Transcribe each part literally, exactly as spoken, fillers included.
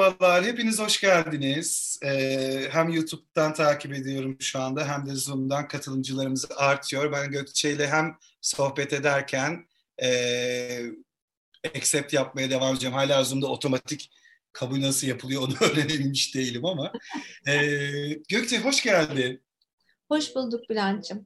Merhabalar, hepiniz hoş geldiniz. Ee, hem YouTube'dan takip ediyorum şu anda hem de Zoom'dan katılımcılarımız artıyor. Ben Gökçe ile hem sohbet ederken e, accept yapmaya devam edeceğim. Hala Zoom'da otomatik kabul nasıl yapılıyor onu öğrenebilmiş değilim ama. Ee, Gökçe hoş geldin. Hoş bulduk Bülent'ciğim.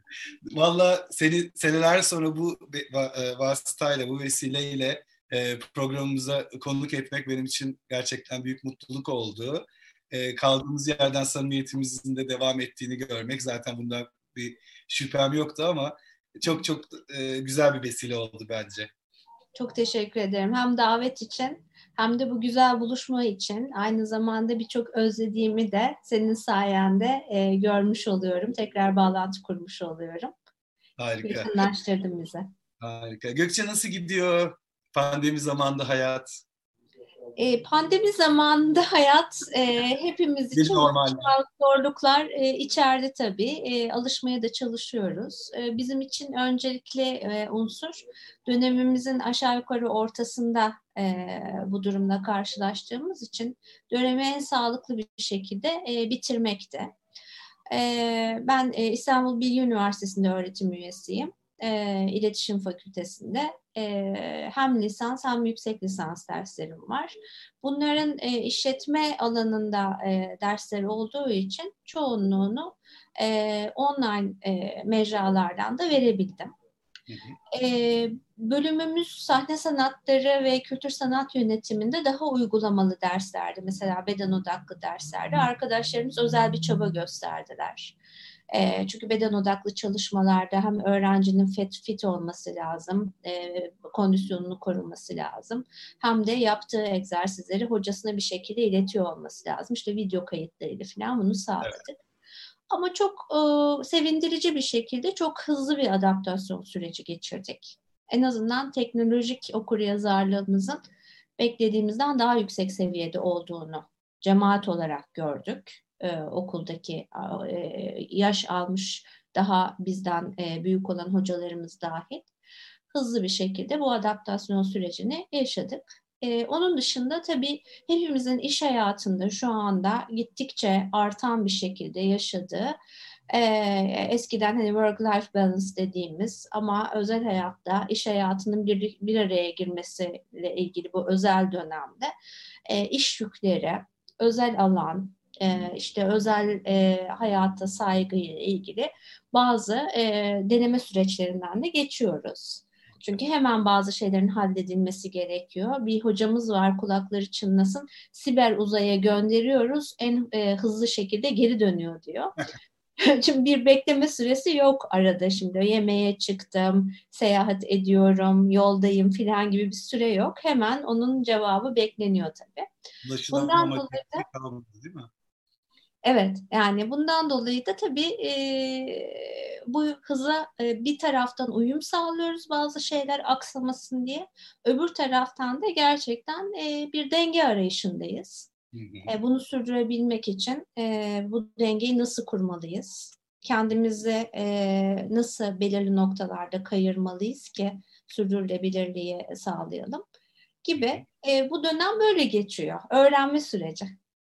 Valla seni seneler sonra bu va- vasıtayla, bu vesileyle e, programımıza konuk etmek benim için gerçekten büyük mutluluk oldu. E, kaldığımız yerden samimiyetimizin de devam ettiğini görmek zaten bundan bir şüphem yoktu ama çok çok e, güzel bir vesile oldu bence. Çok teşekkür ederim. Hem davet için hem de bu güzel buluşma için. Aynı zamanda birçok özlediğimi de senin sayende e, görmüş oluyorum. Tekrar bağlantı kurmuş oluyorum. Harika. Yakınlaştırdın bizi. Harika. Gökçe nasıl gidiyor pandemi zamanında hayat? E, pandemi zamanında hayat e, hepimiz için Normal. zorluklar e, içeride tabii. E, alışmaya da çalışıyoruz. E, bizim için öncelikli e, unsur dönemimizin aşağı yukarı ortasında e, bu durumla karşılaştığımız için dönemi en sağlıklı bir şekilde e, bitirmekte. E, ben e, İstanbul Bilgi Üniversitesi'nde öğretim üyesiyim. E, İletişim Fakültesi'nde e, hem lisans hem yüksek lisans derslerim var. Bunların e, işletme alanında e, dersleri olduğu için çoğunluğunu e, online e, mecralardan da verebildim. Hı hı. E, bölümümüz sahne sanatları ve kültür sanat yönetiminde daha uygulamalı derslerdi. Mesela beden odaklı derslerde arkadaşlarımız özel bir çaba gösterdiler. E, çünkü beden odaklı çalışmalarda hem öğrencinin fit, fit olması lazım, e, kondisyonunu koruması lazım. Hem de yaptığı egzersizleri hocasına bir şekilde iletiyor olması lazım. İşte video kayıtlarıyla falan bunu sağladık. Evet. Ama çok e, sevindirici bir şekilde çok hızlı bir adaptasyon süreci geçirdik. En azından teknolojik okuryazarlığımızın beklediğimizden daha yüksek seviyede olduğunu cemaat olarak gördük. Ee, okuldaki e, yaş almış daha bizden e, büyük olan hocalarımız dahil hızlı bir şekilde bu adaptasyon sürecini yaşadık. Ee, onun dışında tabii hepimizin iş hayatında şu anda gittikçe artan bir şekilde yaşadığı e, eskiden hani work-life balance dediğimiz ama özel hayatta iş hayatının bir, bir araya girmesiyle ilgili bu özel dönemde e, iş yükleri, özel alan, e, işte özel e, hayata saygıyla ilgili bazı e, deneme süreçlerinden de geçiyoruz. Çünkü hemen bazı şeylerin halledilmesi gerekiyor. Bir hocamız var, kulakları çınlasın. Siber uzaya gönderiyoruz, en e, hızlı şekilde geri dönüyor diyor. Şimdi bir bekleme süresi yok arada, şimdi yemeğe çıktım, seyahat ediyorum, yoldayım filan gibi bir süre yok. Hemen onun cevabı bekleniyor tabii. Bundan dolayı da kalmadı, değil mi? Evet, yani bundan dolayı da tabii e, bu hıza e, bir taraftan uyum sağlıyoruz bazı şeyler aksamasın diye. Öbür taraftan da gerçekten e, bir denge arayışındayız. Hı hı. E, bunu sürdürebilmek için e, bu dengeyi nasıl kurmalıyız? Kendimizi e, nasıl belirli noktalarda kayırmalıyız ki sürdürülebilirliği sağlayalım gibi. E, bu dönem böyle geçiyor. Öğrenme süreci.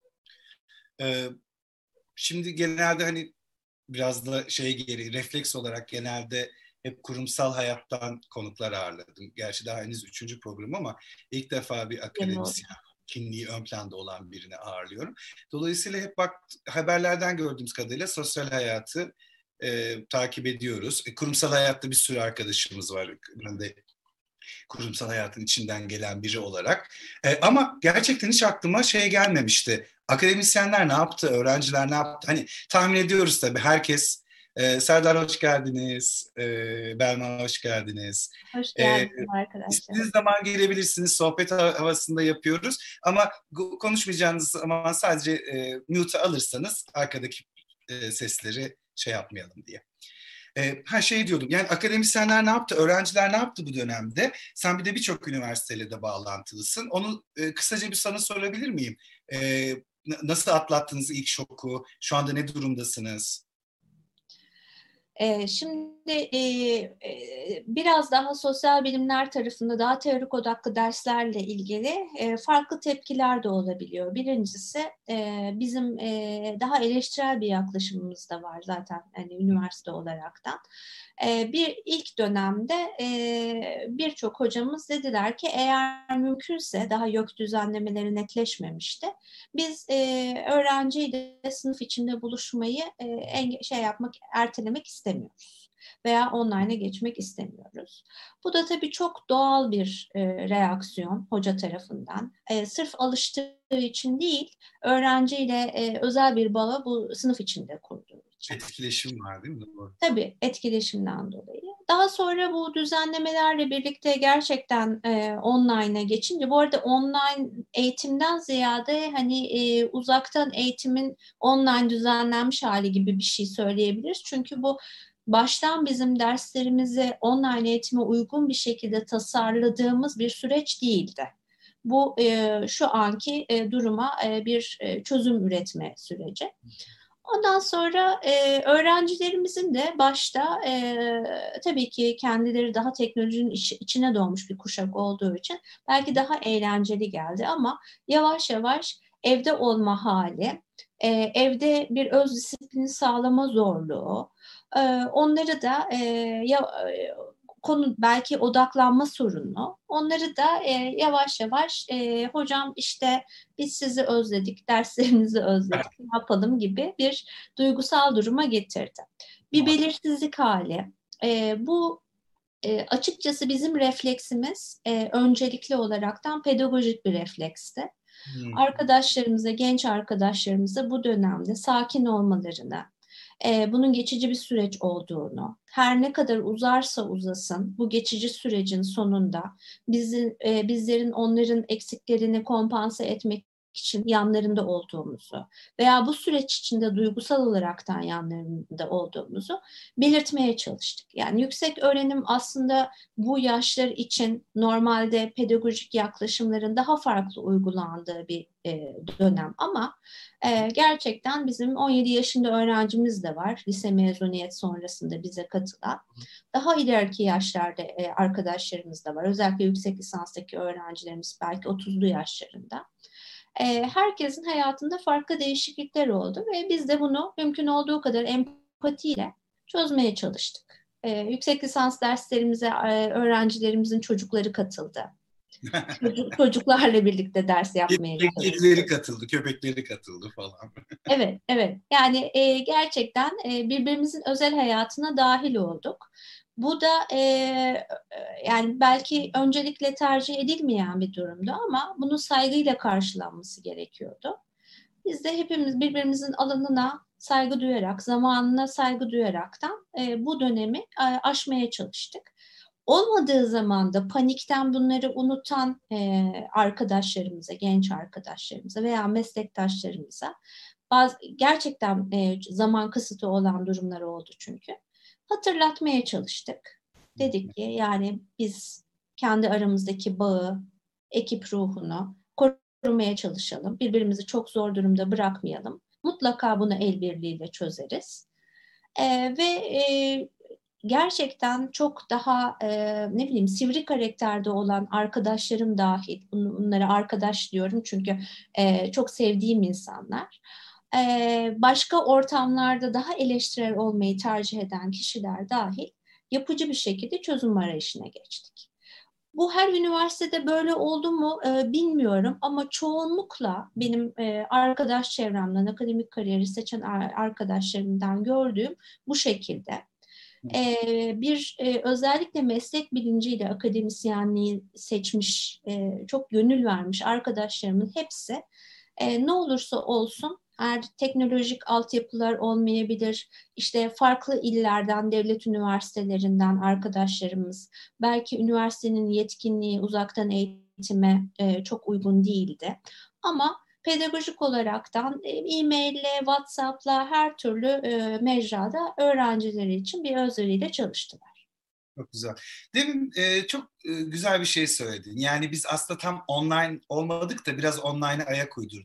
Ee, Şimdi genelde hani biraz da şey geri refleks olarak genelde hep kurumsal hayattan konuklar ağırladım. Gerçi daha henüz üçüncü program ama ilk defa bir akademisyen kimliği ön planda olan birini ağırlıyorum. Dolayısıyla hep bak haberlerden gördüğümüz kadarıyla sosyal hayatı e, takip ediyoruz. E, kurumsal hayatta bir sürü arkadaşımız var. Ben de kurumsal hayatın içinden gelen biri olarak. E, ama gerçekten hiç aklıma şey gelmemişti. Akademisyenler ne yaptı? Öğrenciler ne yaptı? Hani tahmin ediyoruz tabii herkes. E, Serdar hoş geldiniz. E, Belma hoş geldiniz. Hoş geldiniz e, arkadaşlar. İstediğiniz zaman gelebilirsiniz. Sohbet havasında yapıyoruz. Ama konuşmayacağınız zaman sadece e, mute'a alırsanız arkadaki e, sesleri şey yapmayalım diye. E, ha şey diyordum, yani akademisyenler ne yaptı, öğrenciler ne yaptı bu dönemde? Sen bir de birçok üniversiteyle de bağlantılısın. Onu e, kısaca bir sana sorabilir miyim? E, nasıl atlattınız ilk şoku? Şu anda ne durumdasınız? E, şimdi e, e, biraz daha sosyal bilimler tarafında daha teorik odaklı derslerle ilgili e, farklı tepkiler de olabiliyor. Birincisi e, bizim e, daha eleştirel bir yaklaşımımız da var zaten hani üniversite olaraktan. E, bir ilk dönemde e, birçok hocamız dediler ki eğer mümkünse daha YÖK düzenlemeleri netleşmemişti. Biz e, öğrenciyle sınıf içinde buluşmayı e, enge- şey yapmak, ertelemek istemiyoruz veya online'a geçmek istemiyoruz. Bu da tabii çok doğal bir e, reaksiyon hoca tarafından. E, sırf alıştığı için değil, öğrenciyle e, özel bir bağı bu sınıf içinde kurduğu için. Etkileşim var değil mi? Doğru. Tabii etkileşimden dolayı. Daha sonra bu düzenlemelerle birlikte gerçekten e, online'a geçince, bu arada online eğitimden ziyade hani e, uzaktan eğitimin online düzenlenmiş hali gibi bir şey söyleyebiliriz. Çünkü bu baştan bizim derslerimizi online eğitime uygun bir şekilde tasarladığımız bir süreç değildi. Bu e, şu anki e, duruma e, bir e, çözüm üretme süreci. Ondan sonra e, öğrencilerimizin de başta e, tabii ki kendileri daha teknolojinin iç, içine doğmuş bir kuşak olduğu için belki daha eğlenceli geldi ama yavaş yavaş evde olma hali, e, evde bir öz disiplini sağlama zorluğu, e, onları da e, ya, e, konu belki odaklanma sorunu, onları da e, yavaş yavaş e, hocam işte biz sizi özledik, derslerinizi özledik, ne yapalım gibi bir duygusal duruma getirdi. Bir belirsizlik hali. E, bu e, açıkçası bizim refleksimiz e, öncelikli olaraktan pedagojik bir refleksti. Hmm. Arkadaşlarımıza, genç arkadaşlarımıza bu dönemde sakin olmalarını, e, bunun geçici bir süreç olduğunu, her ne kadar uzarsa uzasın bu geçici sürecin sonunda bizim, e, bizlerin onların eksiklerini kompanse etmek için yanlarında olduğumuzu veya bu süreç içinde duygusal olaraktan yanlarında olduğumuzu belirtmeye çalıştık. Yani yüksek öğrenim aslında bu yaşlar için normalde pedagojik yaklaşımların daha farklı uygulandığı bir e, dönem ama e, gerçekten bizim on yedi yaşında öğrencimiz de var lise mezuniyet sonrasında bize katılan. Daha ileriki yaşlarda e, arkadaşlarımız da var. Özellikle yüksek lisanstaki öğrencilerimiz belki otuzlu yaşlarında. E, herkesin hayatında farklı değişiklikler oldu ve biz de bunu mümkün olduğu kadar empatiyle çözmeye çalıştık. E, yüksek lisans derslerimize e, öğrencilerimizin çocukları katıldı. Çocuk, çocuklarla birlikte ders yapmaya Kedileri çalıştık. katıldı, köpekleri katıldı falan. Evet, evet. Yani e, gerçekten e, birbirimizin özel hayatına dahil olduk. Bu da e, yani belki öncelikle tercih edilmeyen bir durumdu ama bunun saygıyla karşılanması gerekiyordu. Biz de hepimiz birbirimizin alanına saygı duyarak, zamanına saygı duyaraktan e, bu dönemi e, aşmaya çalıştık. Olmadığı zaman da panikten bunları unutan e, arkadaşlarımıza, genç arkadaşlarımıza veya meslektaşlarımıza bazı gerçekten e, zaman kısıtı olan durumlar oldu çünkü. Hatırlatmaya çalıştık. Dedik ki yani biz kendi aramızdaki bağı, ekip ruhunu korumaya çalışalım. Birbirimizi çok zor durumda bırakmayalım. Mutlaka bunu el birliğiyle çözeriz. E, ve e, gerçekten çok daha e, ne bileyim sivri karakterde olan arkadaşlarım dahil, bunlara arkadaş diyorum çünkü e, çok sevdiğim insanlar. E, başka ortamlarda daha eleştirel olmayı tercih eden kişiler dahil yapıcı bir şekilde çözüm arayışına geçtik. Bu her üniversitede böyle oldu mu e, bilmiyorum ama çoğunlukla benim e, arkadaş çevremden, akademik kariyeri seçen arkadaşlarımdan gördüğüm bu şekilde. E, bir e, özellikle meslek bilinciyle akademisyenliği seçmiş, e, çok gönül vermiş arkadaşlarımın hepsi e, ne olursa olsun eğer teknolojik altyapılar olmayabilir, işte farklı illerden, devlet üniversitelerinden arkadaşlarımız, belki üniversitenin yetkinliği uzaktan eğitime e, çok uygun değildi. Ama pedagojik olaraktan e-maille, WhatsApp'la her türlü e, mecrada öğrencileri için bir özveriyle çalıştılar. Çok güzel. Demin e, çok e, güzel bir şey söyledin. Yani biz aslında tam online olmadık da biraz online'a ayak uydurduk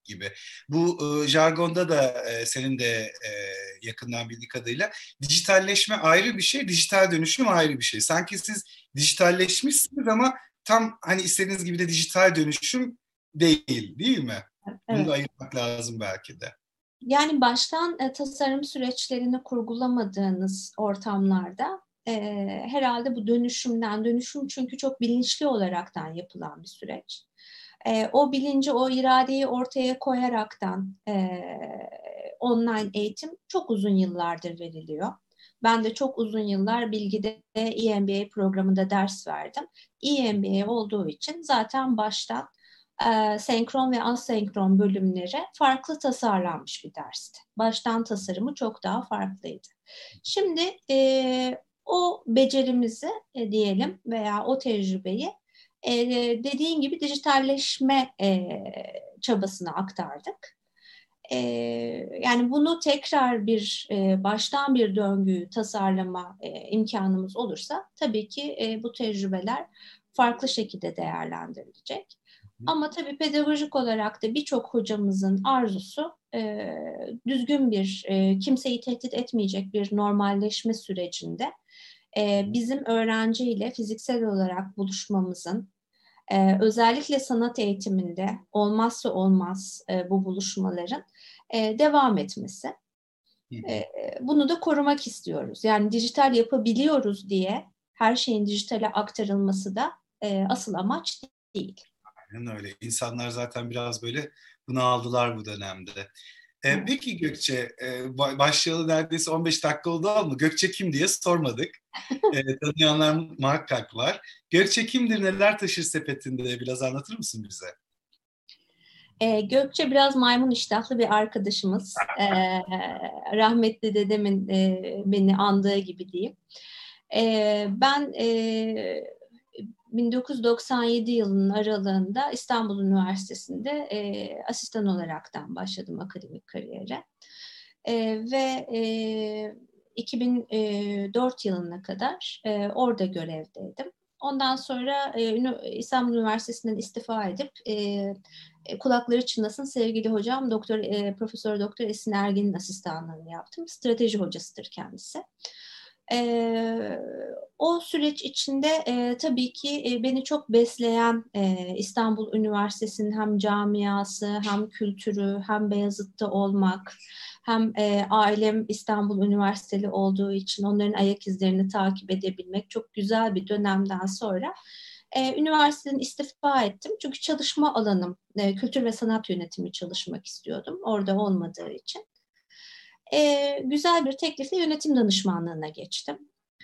gibi. Bu e, jargonda da e, senin de e, yakından bildiği kadarıyla dijitalleşme ayrı bir şey, dijital dönüşüm ayrı bir şey. Sanki siz dijitalleşmişsiniz ama tam hani istediğiniz gibi de dijital dönüşüm değil, değil mi? Bunu da Evet. ayırmak lazım belki de. Yani baştan e, tasarım süreçlerini kurgulamadığınız ortamlarda e, herhalde bu dönüşümden, dönüşüm çünkü çok bilinçli olaraktan yapılan bir süreç. E, o bilinci, o iradeyi ortaya koyaraktan e, online eğitim çok uzun yıllardır veriliyor. Ben de çok uzun yıllar Bilgi'de E M B A programında ders verdim. E M B A olduğu için zaten baştan e, senkron ve asenkron bölümleri farklı tasarlanmış bir dersti. Baştan tasarımı çok daha farklıydı. Şimdi e, o becerimizi e, diyelim veya o tecrübeyi e, dediğin gibi dijitalleşme e, çabasına aktardık. E, Yani bunu tekrar bir e, baştan bir döngüyü tasarlama e, imkanımız olursa tabii ki e, bu tecrübeler farklı şekilde değerlendirilecek. Ama tabii pedagojik olarak da birçok hocamızın arzusu e, düzgün bir, e, kimseyi tehdit etmeyecek bir normalleşme sürecinde e, bizim öğrenciyle fiziksel olarak buluşmamızın, e, özellikle sanat eğitiminde olmazsa olmaz e, bu buluşmaların e, devam etmesi. E, bunu da korumak istiyoruz. Yani dijital yapabiliyoruz diye her şeyin dijitale aktarılması da e, asıl amaç değil. Aynen öyle. İnsanlar zaten biraz böyle bunaldılar bu dönemde. E, Evet. peki Gökçe, e, ba- başlayalı neredeyse on beş dakika oldu ama Gökçe kim diye sormadık. E, tanıyanlar muhakkak var. Gökçe kimdir, neler taşır sepetinde biraz anlatır mısın bize? E, Gökçe biraz maymun iştahlı bir arkadaşımız. E, rahmetli dedemin e, beni andığı gibi diyeyim. E, ben e, bin dokuz yüz doksan yedi yılının aralığında İstanbul Üniversitesi'nde e, asistan olaraktan başladım akademik kariyere. E, ve e, iki bin dört yılına kadar e, orada görevdeydim. Ondan sonra e, İstanbul Üniversitesi'nden istifa edip e, kulakları çınlasın sevgili hocam Doktor e, Profesör Doktor Esin Ergin'in asistanlığını yaptım. Strateji hocasıdır kendisi. E, O süreç içinde e, tabii ki e, beni çok besleyen e, İstanbul Üniversitesi'nin hem camiası hem kültürü hem Beyazıt'ta olmak hem e, ailem İstanbul Üniversiteli olduğu için onların ayak izlerini takip edebilmek çok güzel bir dönemden sonra e, üniversiteden istifa ettim. Çünkü çalışma alanım e, kültür ve sanat yönetimi çalışmak istiyordum orada olmadığı için. E, güzel bir teklifle yönetim danışmanlığına geçtim.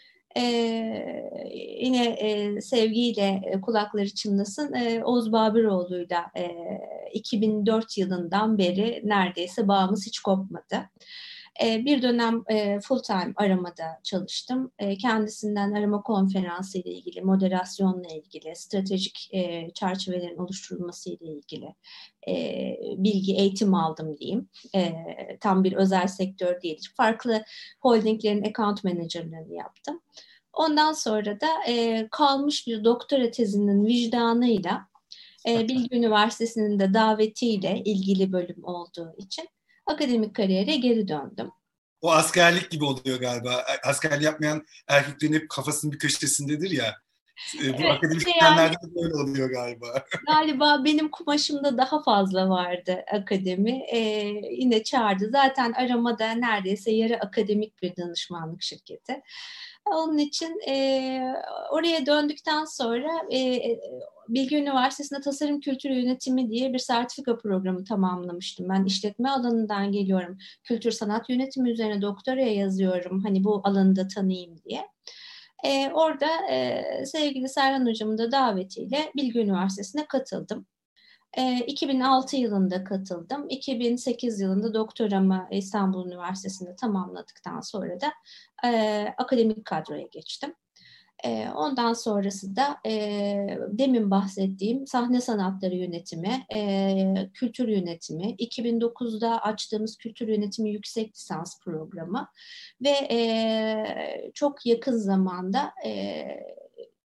Ee, Yine e, sevgiyle e, kulakları çınlasın e, Oğuz Babiroğlu'yla e, iki bin dört yılından beri neredeyse bağımız hiç kopmadı. E, bir dönem e, full time aramada çalıştım. E, kendisinden arama konferansı ile ilgili, moderasyonla ilgili, stratejik e, çerçevelerin oluşturulması ile ilgili e, bilgi, eğitim aldım diyeyim. E, tam bir özel sektör değil. Farklı holdinglerin account manager'larını yaptım. Ondan sonra da e, kalmış bir doktora tezinin vicdanıyla e, Bilgi Üniversitesi'nin de davetiyle ilgili bölüm olduğu için akademik kariyere geri döndüm. O askerlik gibi oluyor galiba. Askerlik yapmayan erkeklerin hep kafasının bir köşesindedir ya. E, bu Evet, işte yani akademisyenlerde de böyle oluyor galiba. galiba benim kumaşımda daha fazla vardı akademi. E, yine çağırdı. Zaten aramada neredeyse yarı akademik bir danışmanlık şirketi. Onun için e, oraya döndükten sonra e, Bilgi Üniversitesi'nde Tasarım Kültürü Yönetimi diye bir sertifika programı tamamlamıştım. Ben işletme alanından geliyorum. Kültür sanat yönetimi üzerine doktoraya yazıyorum. Hani bu alanı da tanıyayım diye. E, orada e, sevgili Serhan Hocam'ın da davetiyle Bilgi Üniversitesi'ne katıldım. E, iki bin altı yılında katıldım. iki bin sekiz yılında doktoramı İstanbul Üniversitesi'nde tamamladıktan sonra da e, akademik kadroya geçtim. E, ondan sonrası da e, demin bahsettiğim sahne sanatları yönetimi, e, kültür yönetimi, iki bin dokuzda açtığımız kültür yönetimi yüksek lisans programı ve e, çok yakın zamanda e,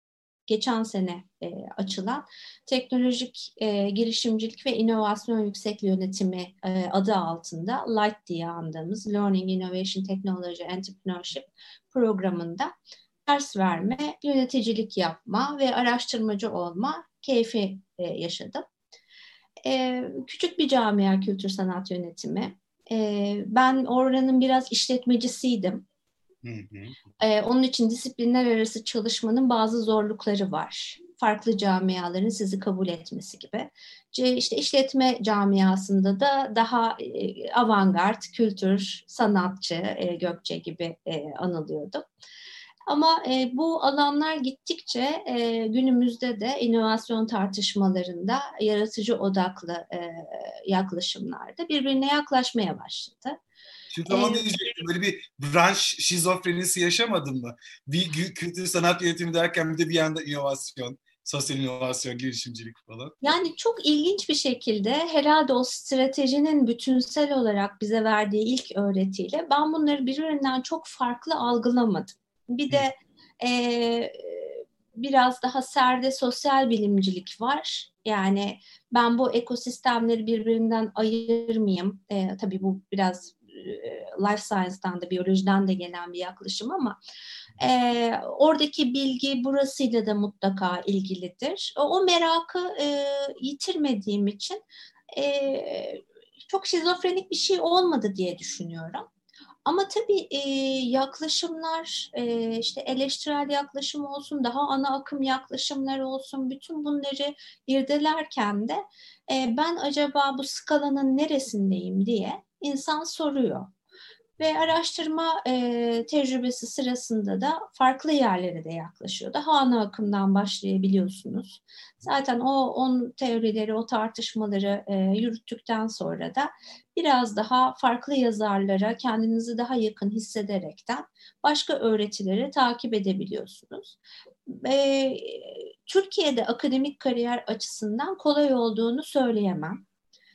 geçen sene e, açılan Teknolojik e, Girişimcilik ve İnovasyon Yüksek Yönetimi e, adı altında LIGHT diye andığımız Learning, Innovation, Technology, Entrepreneurship programında ders verme, yöneticilik yapma ve araştırmacı olma keyfi e, yaşadım. E, küçük bir camia kültür sanat yönetimi. E, ben oranın biraz işletmecisiydim. Hı hı. Ee, onun için disiplinler arası çalışmanın bazı zorlukları var. Farklı camiaların sizi kabul etmesi gibi. C, işte işletme camiasında da daha e, avantgard, kültür, sanatçı e, Gökçe gibi e, anılıyordum. Ama e, bu alanlar gittikçe e, günümüzde de inovasyon tartışmalarında yaratıcı odaklı e, yaklaşımlarda birbirine yaklaşmaya başladı. Şimdi tam onu E, diyecektim. Böyle bir branş şizofrenisi yaşamadın mı? Bir gü- kültür sanat yönetimi derken bir de bir yanda inovasyon, sosyal inovasyon, girişimcilik falan. Yani çok ilginç bir şekilde herhalde o stratejinin bütünsel olarak bize verdiği ilk öğretiyle ben bunları birbirinden çok farklı algılamadım. Bir Hı. de e, biraz daha serde sosyal bilimcilik var. Yani ben bu ekosistemleri birbirinden ayırmayayım. E, tabii bu biraz e, life science'dan da biyolojiden de gelen bir yaklaşım ama e, oradaki bilgi burasıyla da mutlaka ilgilidir. O, o merakı e, yitirmediğim için e, çok şizofrenik bir şey olmadı diye düşünüyorum. Ama tabii e, yaklaşımlar, e, işte eleştirel yaklaşım olsun, daha ana akım yaklaşımlar olsun, bütün bunları irdelerken de e, ben acaba bu skalanın neresindeyim diye insan soruyor. Ve araştırma e, tecrübesi sırasında da farklı yerlere de yaklaşıyor. Daha ana akımdan başlayabiliyorsunuz. Zaten o on teorileri, o tartışmaları e, yürüttükten sonra da biraz daha farklı yazarlara kendinizi daha yakın hissederekten başka öğretileri takip edebiliyorsunuz. E, Türkiye'de akademik kariyer açısından kolay olduğunu söyleyemem.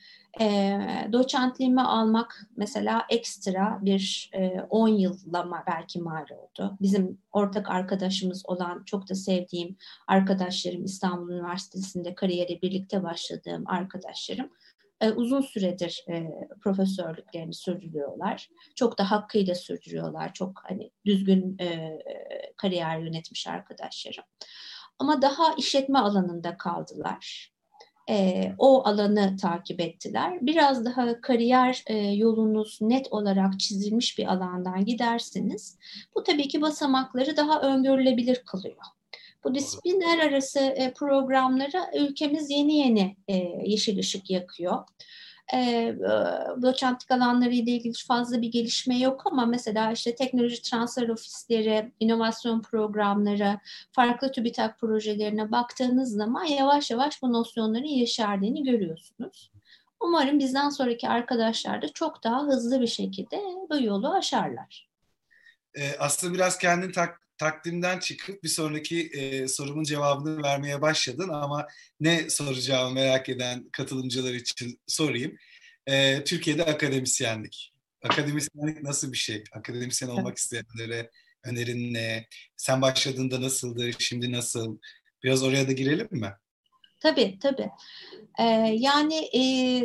E, doçentliğimi almak mesela ekstra bir e, on yıllama belki mal oldu. Bizim ortak arkadaşımız olan çok da sevdiğim arkadaşlarım İstanbul Üniversitesi'nde kariyere birlikte başladığım arkadaşlarım e, uzun süredir e, profesörlüklerini sürdürüyorlar. Çok da hakkıyla sürdürüyorlar. Çok hani düzgün e, kariyer yönetmiş arkadaşlarım. Ama daha işletme alanında kaldılar. E, o alanı takip ettiler. Biraz daha kariyer e, yolunuz net olarak çizilmiş bir alandan giderseniz bu tabii ki basamakları daha öngörülebilir kılıyor. Bu Doğru. disiplinler arası e, programlara ülkemiz yeni yeni e, yeşil ışık yakıyor. E, e, doçentlik alanları ile ilgili fazla bir gelişme yok ama mesela işte teknoloji transfer ofisleri, inovasyon programları, farklı TÜBİTAK projelerine baktığınız zaman yavaş yavaş bu nosyonların yeşerdiğini görüyorsunuz. Umarım bizden sonraki arkadaşlar da çok daha hızlı bir şekilde bu yolu aşarlar. E, aslında biraz kendin tak, takdimden çıkıp bir sonraki e, sorumun cevabını vermeye başladın ama ne soracağımı merak eden katılımcılar için sorayım. E, Türkiye'de akademisyenlik. Akademisyenlik nasıl bir şey? Akademisyen olmak isteyenlere önerin ne? Sen başladığında nasıldı? Şimdi nasıl? Biraz oraya da girelim mi? Tabii, tabii. Ee, yani e,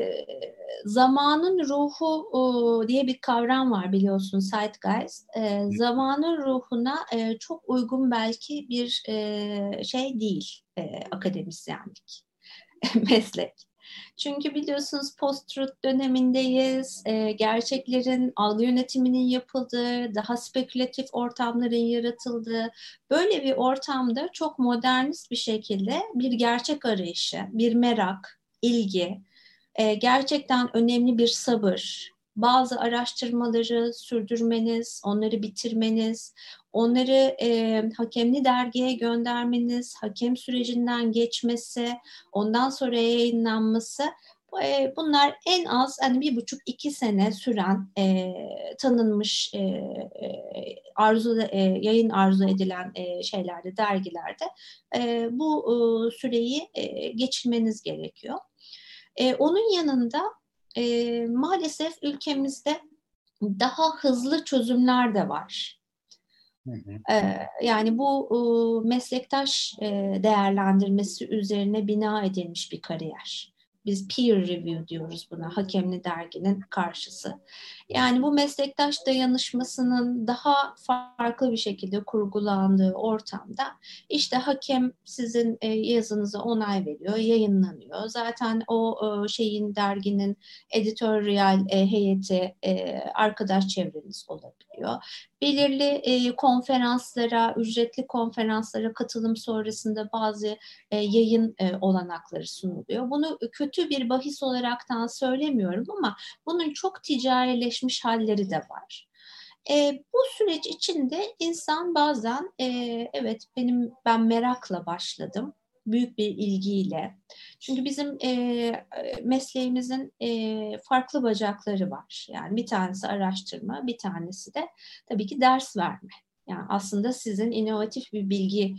zamanın ruhu o, diye bir kavram var biliyorsun, Zeitgeist. Ee, zamanın ruhuna e, çok uygun belki bir e, şey değil e, akademisyenlik, meslek. Çünkü biliyorsunuz post-truth dönemindeyiz. E, gerçeklerin algı yönetiminin yapıldığı, daha spekülatif ortamların yaratıldığı, böyle bir ortamda çok modernist bir şekilde bir gerçek arayışı, bir merak, ilgi, e, gerçekten önemli bir sabır, bazı araştırmaları sürdürmeniz, onları bitirmeniz, onları e, hakemli dergiye göndermeniz, hakem sürecinden geçmesi, ondan sonra yayınlanması, e, bunlar en az hani bir buçuk iki sene süren e, tanınmış e, e, arzu e, yayın arzu edilen e, şeylerde, dergilerde e, bu e, süreyi e, geçirmeniz gerekiyor. E, onun yanında e, maalesef ülkemizde daha hızlı çözümler de var. Hı hı. Ee, yani bu e, meslektaş e, değerlendirmesi üzerine bina edilmiş bir kariyer. Biz peer review diyoruz buna, hakemli derginin karşısı. Yani bu meslektaş dayanışmasının daha farklı bir şekilde kurgulandığı ortamda işte hakem sizin e, yazınıza onay veriyor, yayınlanıyor. Zaten o e, şeyin derginin editoryal e, heyeti e, arkadaş çevreniz olabiliyor. Belirli e, konferanslara, ücretli konferanslara katılım sonrasında bazı e, yayın e, olanakları sunuluyor. Bunu kötü bir bahis olaraktan söylemiyorum ama bunun çok ticarileşmiş halleri de var. E, bu süreç içinde insan bazen e, evet benim ben merakla başladım, büyük bir ilgiyle. Çünkü bizim e, mesleğimizin e, farklı bacakları var. Yani bir tanesi araştırma, bir tanesi de tabii ki ders verme. Yani aslında sizin inovatif bir bilgiye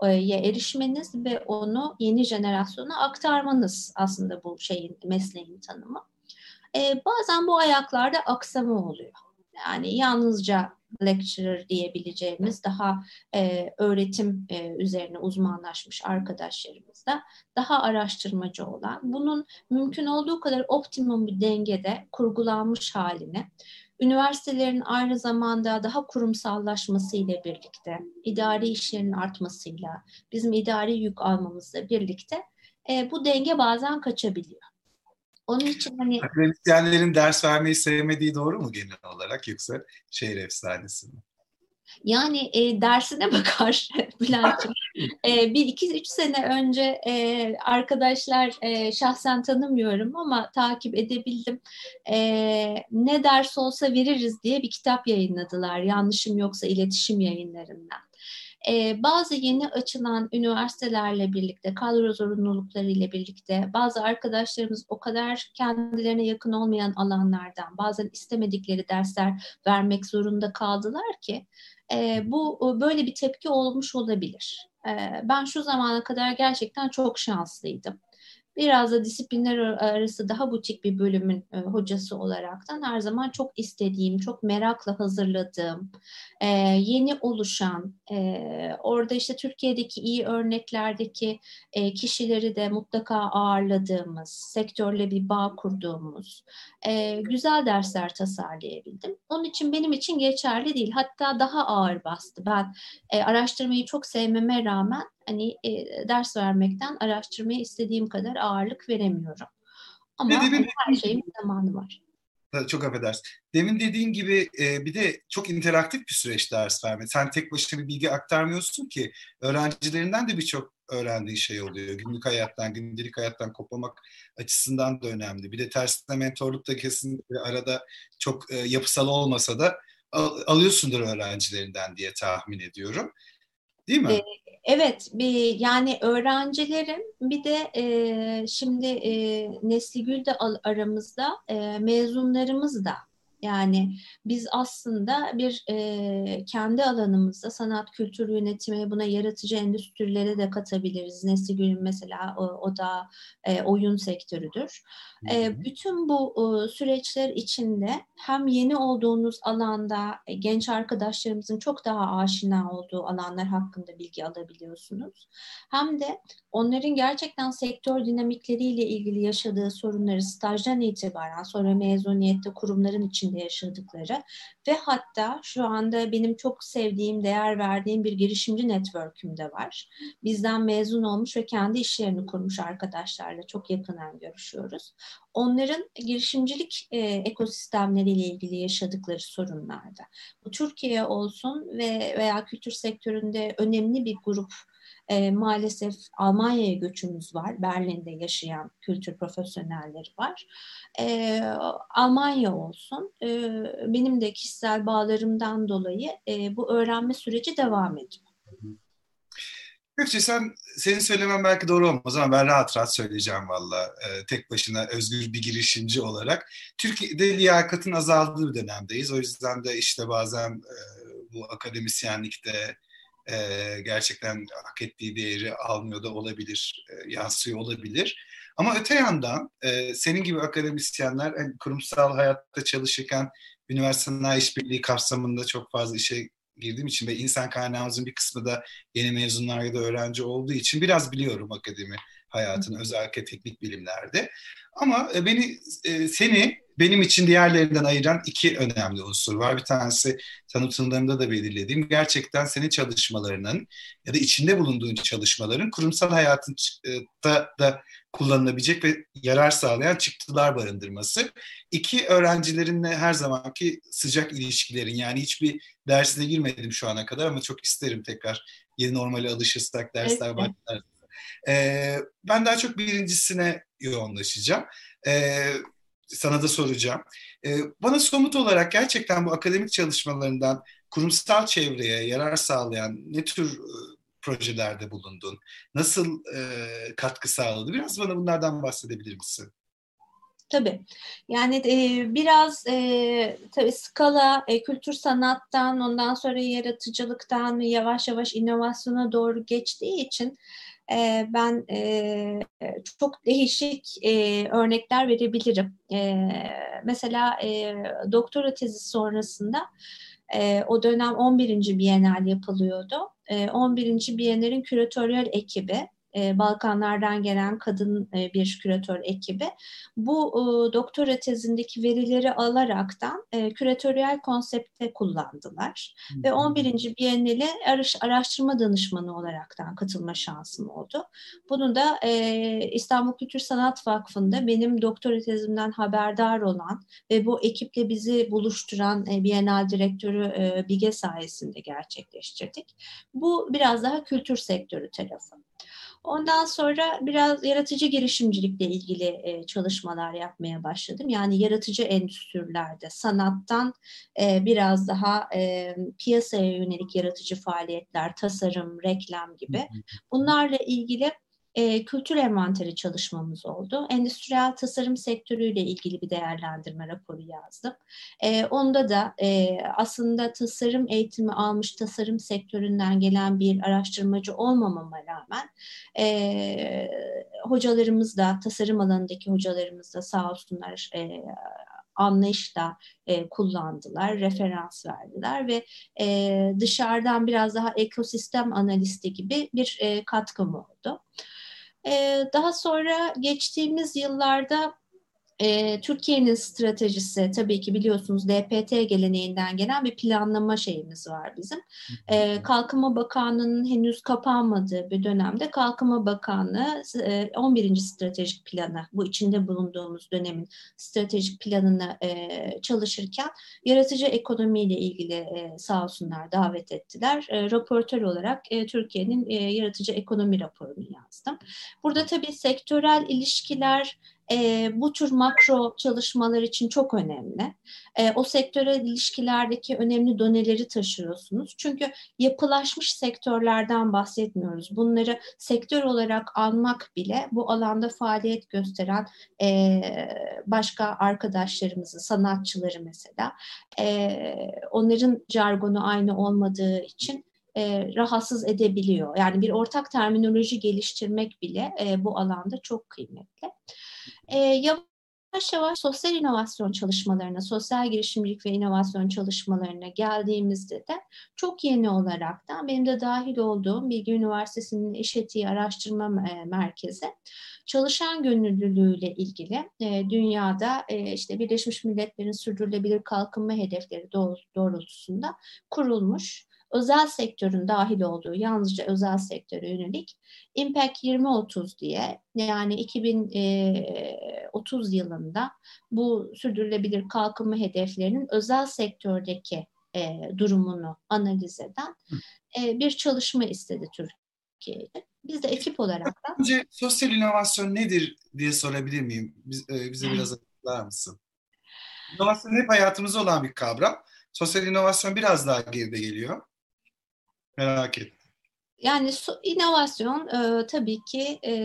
erişmeniz ve onu yeni jenerasyona aktarmanız aslında bu şeyin mesleğin tanımı. E, bazen bu ayaklarda aksama oluyor. Yani yalnızca lecturer diyebileceğimiz daha e, öğretim e, üzerine uzmanlaşmış arkadaşlarımız da daha araştırmacı olan, bunun mümkün olduğu kadar optimum bir dengede kurgulanmış halini, üniversitelerin aynı zamanda daha kurumsallaşması ile birlikte, idari işlerin artmasıyla, bizim idari yük almamızla birlikte e, bu denge bazen kaçabiliyor. Onun için hani Akademisyenlerin ders vermeyi sevmediği doğru mu genel olarak, yoksa şehir efsanesi mi? yani e, dersine bakar Bülent'ciğim. E, bir iki üç sene önce e, arkadaşlar e, şahsen tanımıyorum ama takip edebildim. E, Ne ders olsa veririz diye bir kitap yayınladılar. Yanlışım yoksa iletişim yayınlarından. Ee, bazı yeni açılan üniversitelerle birlikte, kadro zorunluluklarıyla birlikte bazı arkadaşlarımız o kadar kendilerine yakın olmayan alanlardan bazen istemedikleri dersler vermek zorunda kaldılar ki e, bu böyle bir tepki olmuş olabilir. E, ben şu zamana kadar gerçekten çok şanslıydım. Biraz da disiplinler arası daha butik bir bölümün e, hocası olaraktan her zaman çok istediğim, çok merakla hazırladığım, e, yeni oluşan, e, orada işte Türkiye'deki iyi örneklerdeki e, kişileri de mutlaka ağırladığımız, sektörle bir bağ kurduğumuz, e, güzel dersler tasarlayabildim. Onun için benim için geçerli değil. Hatta daha ağır bastı. Ben e, araştırmayı çok sevmeme rağmen hani e, ders vermekten araştırmaya istediğim kadar ağırlık veremiyorum. Bir de Ama demin hani her şeyin bir zamanı var. Çok affedersin. Demin dediğin gibi e, bir de çok interaktif bir süreç ders verme. Sen tek başına bir bilgi aktarmıyorsun ki, öğrencilerinden de birçok öğrendiği şey oluyor. Günlük hayattan, gündelik hayattan koplamak açısından da önemli. Bir de tersine mentorluk da kesinlikle arada çok e, yapısal olmasa da al- alıyorsundur öğrencilerinden diye tahmin ediyorum. Değil E, mi? evet, bir, yani öğrencilerim bir de e, şimdi e, Nesligül de al- aramızda e, mezunlarımız da yani biz aslında bir e, kendi alanımızda sanat kültür yönetimi buna yaratıcı endüstrilere de katabiliriz. Nesligül'ün mesela o, o da e, oyun sektörüdür. Hı E, hı. bütün bu e, süreçler içinde hem yeni olduğunuz alanda e, genç arkadaşlarımızın çok daha aşina olduğu alanlar hakkında bilgi alabiliyorsunuz. Hem de onların gerçekten sektör dinamikleriyle ilgili yaşadığı sorunları stajdan itibaren sonra mezuniyette kurumların içinde yaşadıkları ve hatta şu anda benim çok sevdiğim, değer verdiğim bir girişimci network'üm de var. Bizden mezun olmuş ve kendi işlerini kurmuş arkadaşlarla çok yakından görüşüyoruz. Onların girişimcilik e, ekosistemleriyle ilgili yaşadıkları sorunlarda. Bu Türkiye olsun ve veya kültür sektöründe önemli bir grup e, maalesef Almanya'ya göçümüz var. Berlin'de yaşayan kültür profesyonelleri var. E, Almanya olsun. E, benim de kişisel bağlarımdan dolayı e, bu öğrenme süreci devam ediyor. Gökçe, sen, senin söylemen belki doğru olmaz ama ben rahat rahat söyleyeceğim valla. Ee, tek başına özgür bir girişimci olarak. Türkiye'de liyakatın azaldığı bir dönemdeyiz. O yüzden de işte bazen e, bu akademisyenlikte e, gerçekten hak ettiği değeri almıyor da olabilir, e, yansıyor olabilir. Ama öte yandan e, senin gibi akademisyenler hani kurumsal hayatta çalışırken üniversiteler işbirliği kapsamında çok fazla işe girdiğim için ve insan kaynağımızın bir kısmı da yeni mezunlar ya da öğrenci olduğu için biraz biliyorum akademi hayatını, özellikle teknik bilimlerde. Ama e, beni e, seni benim için diğerlerinden ayıran iki önemli unsur var. Bir tanesi tanıtımlarımda da belirlediğim, gerçekten senin çalışmalarının ya da içinde bulunduğun çalışmaların kurumsal hayatın da, da kullanılabilecek ve yarar sağlayan çıktılar barındırması. İki, öğrencilerinle her zamanki sıcak ilişkilerin, yani hiçbir dersine girmedim şu ana kadar ama çok isterim tekrar yeni normale alışırsak, dersler Evet. başlar. Ee, ben daha çok birincisine yoğunlaşacağım. Ee, sana da soracağım. Ee, bana somut olarak gerçekten bu akademik çalışmalarından kurumsal çevreye yarar sağlayan ne tür e, projelerde bulundun? Nasıl e, katkı sağladı? Biraz bana bunlardan bahsedebilir misin? Tabii. Yani e, biraz e, tabii skala e, kültür sanattan, ondan sonra yaratıcılıktan ve yavaş yavaş inovasyona doğru geçtiği için e, ben e, çok değişik e, örnekler verebilirim. E, mesela e, doktora tezi sonrasında e, o dönem on birinci. Bienal yapılıyordu. E, on birinci. Bienal'in küratöryel ekibi, e, Balkanlardan gelen kadın e, bir küratör ekibi bu e, doktora tezindeki verileri alaraktan e, küratöryel konsepte kullandılar. Ve on birinci. Biennial'e araştırma danışmanı olaraktan katılma şansım oldu. Bunu da e, İstanbul Kültür Sanat Vakfı'nda benim doktora tezimden haberdar olan ve bu ekiple bizi buluşturan e, Bienal direktörü e, Bige sayesinde gerçekleştirdik. Bu biraz daha kültür sektörü tarafı. Ondan sonra biraz yaratıcı girişimcilikle ilgili e, çalışmalar yapmaya başladım. Yani yaratıcı endüstrilerde sanattan e, biraz daha e, piyasaya yönelik yaratıcı faaliyetler, tasarım, reklam gibi. Bunlarla ilgili e, kültür envanteri çalışmamız oldu. Endüstriyel tasarım sektörüyle ilgili bir değerlendirme raporu yazdım. E, onda da e, aslında tasarım eğitimi almış, tasarım sektöründen gelen bir araştırmacı olmamama rağmen e, hocalarımız da, tasarım alanındaki hocalarımız da sağ olsunlar e, anlayışla e, kullandılar, referans verdiler ve e, dışarıdan biraz daha ekosistem analisti gibi bir e, katkım oldu. E, daha sonra geçtiğimiz yıllarda e, Türkiye'nin stratejisi, tabii ki biliyorsunuz D P T geleneğinden gelen bir planlama şeyimiz var bizim. E, Kalkınma Bakanlığı'nın henüz kapanmadığı bir dönemde Kalkınma Bakanlığı e, on birinci stratejik planı, bu içinde bulunduğumuz dönemin stratejik planını e, çalışırken yaratıcı ekonomiyle ilgili e, sağ olsunlar davet ettiler. E, raportör olarak e, Türkiye'nin e, yaratıcı ekonomi raporunu yazdım. Burada tabii sektörel ilişkiler E, bu tür makro çalışmalar için çok önemli. E, o sektörel ilişkilerdeki önemli doneleri taşıyorsunuz. Çünkü yapılaşmış sektörlerden bahsetmiyoruz. Bunları sektör olarak almak bile bu alanda faaliyet gösteren e, başka arkadaşlarımızı, sanatçıları mesela, e, onların jargonu aynı olmadığı için e, rahatsız edebiliyor. Yani bir ortak terminoloji geliştirmek bile e, bu alanda çok kıymetli. E, yavaş yavaş sosyal inovasyon çalışmalarına, sosyal girişimcilik ve inovasyon çalışmalarına geldiğimizde de çok yeni olaraktan benim de dahil olduğum Bilgi Üniversitesi'nin İş Etiği Araştırma Merkezi çalışan gönüllülüğüyle ilgili e, dünyada e, işte Birleşmiş Milletler'in sürdürülebilir kalkınma hedefleri doğrultusunda kurulmuş, özel sektörün dahil olduğu, yalnızca özel sektöre yönelik Impact yirmi otuz diye, yani iki bin otuz yılında bu sürdürülebilir kalkınma hedeflerinin özel sektördeki e, durumunu analiz eden e, bir çalışma istedi Türkiye'de. Biz de ekip olarak da... Önce sosyal inovasyon nedir diye sorabilir miyim? Biz, e, bize biraz açıklar mısın? İnovasyon hep hayatımızda olan bir kavram. Sosyal inovasyon biraz daha geride geliyor. Merak ettim. Yani inovasyon e, tabii ki e,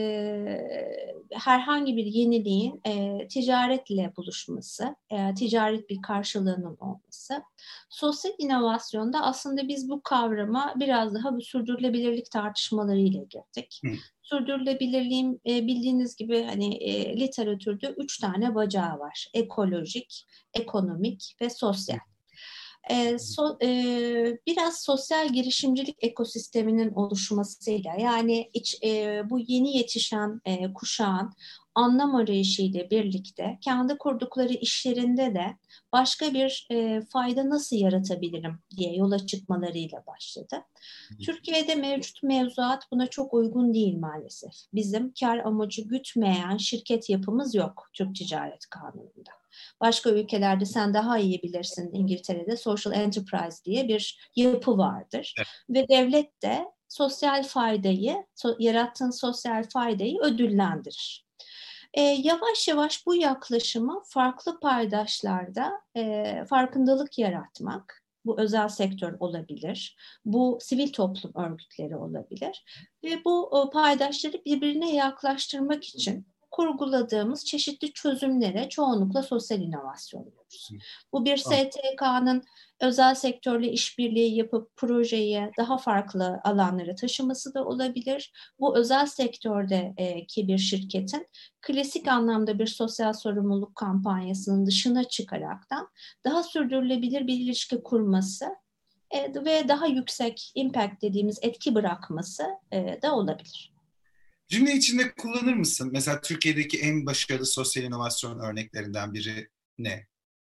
herhangi bir yeniliğin e, ticaretle buluşması, e, ticaret bir karşılığının olması. Sosyal inovasyonda aslında biz bu kavrama biraz daha bu sürdürülebilirlik tartışmalarıyla girdik. Hı. Sürdürülebilirliğin e, bildiğiniz gibi hani e, literatürde üç tane bacağı var: ekolojik, ekonomik ve sosyal. E, so, e, biraz sosyal girişimcilik ekosisteminin oluşmasıyla, yani iç, e, bu yeni yetişen e, kuşağın anlam arayışıyla birlikte kendi kurdukları işlerinde de başka bir e, fayda nasıl yaratabilirim diye yola çıkmalarıyla başladı. Türkiye'de mevcut mevzuat buna çok uygun değil maalesef. Bizim kar amacı gütmeyen şirket yapımız yok Türk Ticaret Kanunu'nda. Başka ülkelerde sen daha iyi bilirsin, İngiltere'de social enterprise diye bir yapı vardır. Evet. Ve devlet de sosyal faydayı, so, yarattığın sosyal faydayı ödüllendirir. E, yavaş yavaş bu yaklaşımı farklı paydaşlarda e, farkındalık yaratmak, bu özel sektör olabilir, bu sivil toplum örgütleri olabilir ve bu o, paydaşları birbirine yaklaştırmak için kurguladığımız çeşitli çözümlere çoğunlukla sosyal inovasyon diyoruz. Bu bir S T K'nın özel sektörle işbirliği yapıp projeyi daha farklı alanlara taşıması da olabilir. Bu özel sektördeki bir şirketin klasik anlamda bir sosyal sorumluluk kampanyasının dışına çıkaraktan daha sürdürülebilir bir ilişki kurması e, ve daha yüksek impact dediğimiz etki bırakması e, da olabilir. Cümle içinde kullanır mısın? Mesela Türkiye'deki en başarılı sosyal inovasyon örneklerinden biri ne?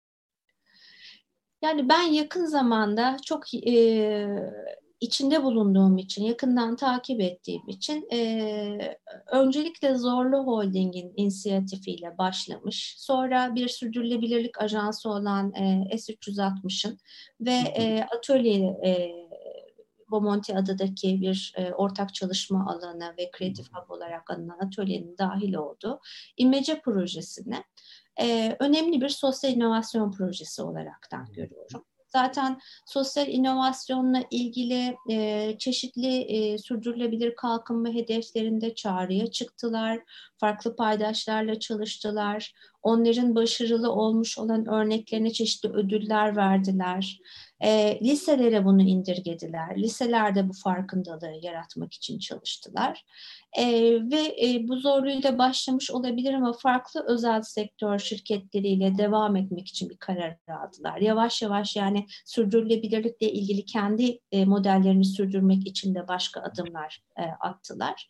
Yani ben yakın zamanda çok e, içinde bulunduğum için, yakından takip ettiğim için e, öncelikle Zorlu Holding'in inisiyatifiyle başlamış. Sonra bir sürdürülebilirlik ajansı olan e, S üç yüz altmışın ve e, atölye e, Bomonti adadaki bir e, ortak çalışma alanı ve Creative Hub olarak anılan atölyenin dahil olduğu İmece projesine e, önemli bir sosyal inovasyon projesi olaraktan görüyorum. Zaten sosyal inovasyonla ilgili e, çeşitli e, sürdürülebilir kalkınma hedeflerinde çağrıya çıktılar, farklı paydaşlarla çalıştılar, onların başarılı olmuş olan örneklerine çeşitli ödüller verdiler. E, liselere bunu indirgediler. Liselerde bu farkındalığı yaratmak için çalıştılar. E, ve e, bu zorluğuyla başlamış olabilir ama farklı özel sektör şirketleriyle devam etmek için bir karar aldılar. Yavaş yavaş, yani sürdürülebilirlikle ilgili kendi e, modellerini sürdürmek için de başka adımlar e, attılar.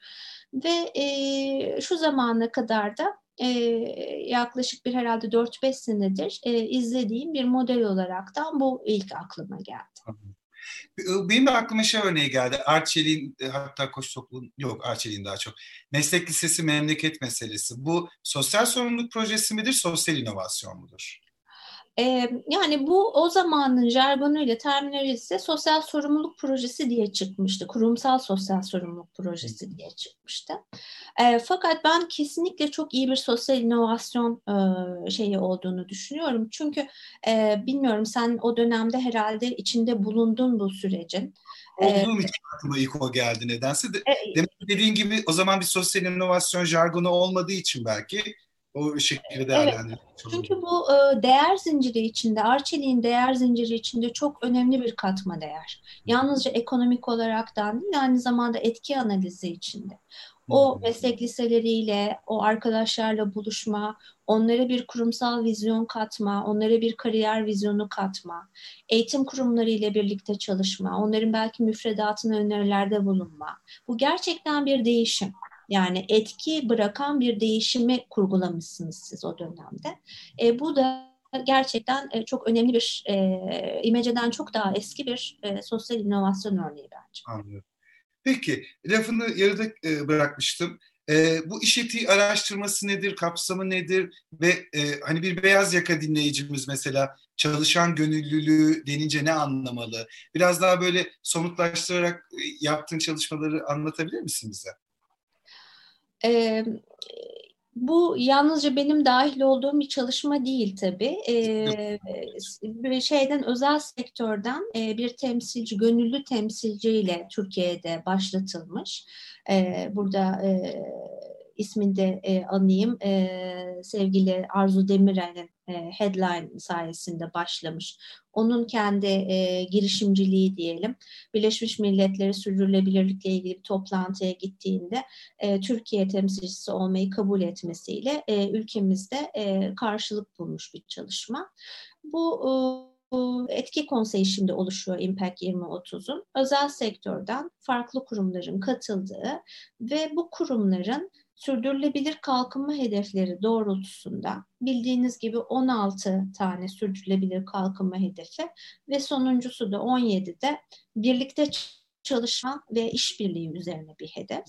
Ve e, şu zamana kadar da e, yaklaşık bir herhalde dört beş senedir e, izlediğim bir model olaraktan bu ilk aklıma geldi. Benim de aklıma şey örneği geldi. Arçelik'in, hatta Koç Toplum, yok Arçelik'in daha çok. Meslek Lisesi memleket meselesi. Bu sosyal sorumluluk projesi midir, sosyal inovasyon mudur? Ee, yani bu o zamanın jargonuyla, terminolojisi sosyal sorumluluk projesi diye çıkmıştı. Kurumsal sosyal sorumluluk projesi diye çıkmıştı. E, fakat ben kesinlikle çok iyi bir sosyal inovasyon e, şeyi olduğunu düşünüyorum. Çünkü e, bilmiyorum, sen o dönemde herhalde içinde bulundun bu sürecin. Olduğum için aklıma ilk o geldi nedense. De, E, demek ki dediğin gibi o zaman bir sosyal inovasyon jargonu olmadığı için belki o şekilde Evet, değerlendirilmiş. çünkü bu e, değer zinciri içinde, Arçelik'in değer zinciri içinde çok önemli bir katma değer. Yalnızca ekonomik olaraktan değil, aynı zamanda etki analizi içinde. O meslek liseleriyle, o arkadaşlarla buluşma, onlara bir kurumsal vizyon katma, onlara bir kariyer vizyonu katma, eğitim kurumları ile birlikte çalışma, onların belki müfredatına önerilerde bulunma. Bu gerçekten bir değişim. Yani etki bırakan bir değişimi kurgulamışsınız siz o dönemde. E, bu da gerçekten e, çok önemli bir, e, İmece'den çok daha eski bir e, sosyal inovasyon örneği bence. Anlıyorum. Peki, lafını yarıda e, bırakmıştım. E, bu iş etiği araştırması nedir, kapsamı nedir ve e, hani bir beyaz yaka dinleyicimiz mesela çalışan gönüllülüğü denince ne anlamalı? Biraz daha böyle somutlaştırarak e, yaptığın çalışmaları anlatabilir misin bize? E, Bu yalnızca benim dahil olduğum bir çalışma değil tabii. Ee, bir şeyden, özel sektörden e, bir temsilci, gönüllü temsilciyle Türkiye'de başlatılmış. Ee, burada e, ismini de e, anayım. E, sevgili Arzu Demirel'in e, headline sayesinde başlamış. Onun kendi e, girişimciliği diyelim. Birleşmiş Milletleri sürdürülebilirlikle ilgili bir toplantıya gittiğinde e, Türkiye temsilcisi olmayı kabul etmesiyle e, ülkemizde e, karşılık bulmuş bir çalışma. Bu bu etki konseyi şimdi oluşuyor Impact yirmi otuzun. Özel sektörden farklı kurumların katıldığı ve bu kurumların sürdürülebilir kalkınma hedefleri doğrultusunda bildiğiniz gibi on altı tane sürdürülebilir kalkınma hedefi ve sonuncusu da on yedide birlikte çalışma ve işbirliği üzerine bir hedef.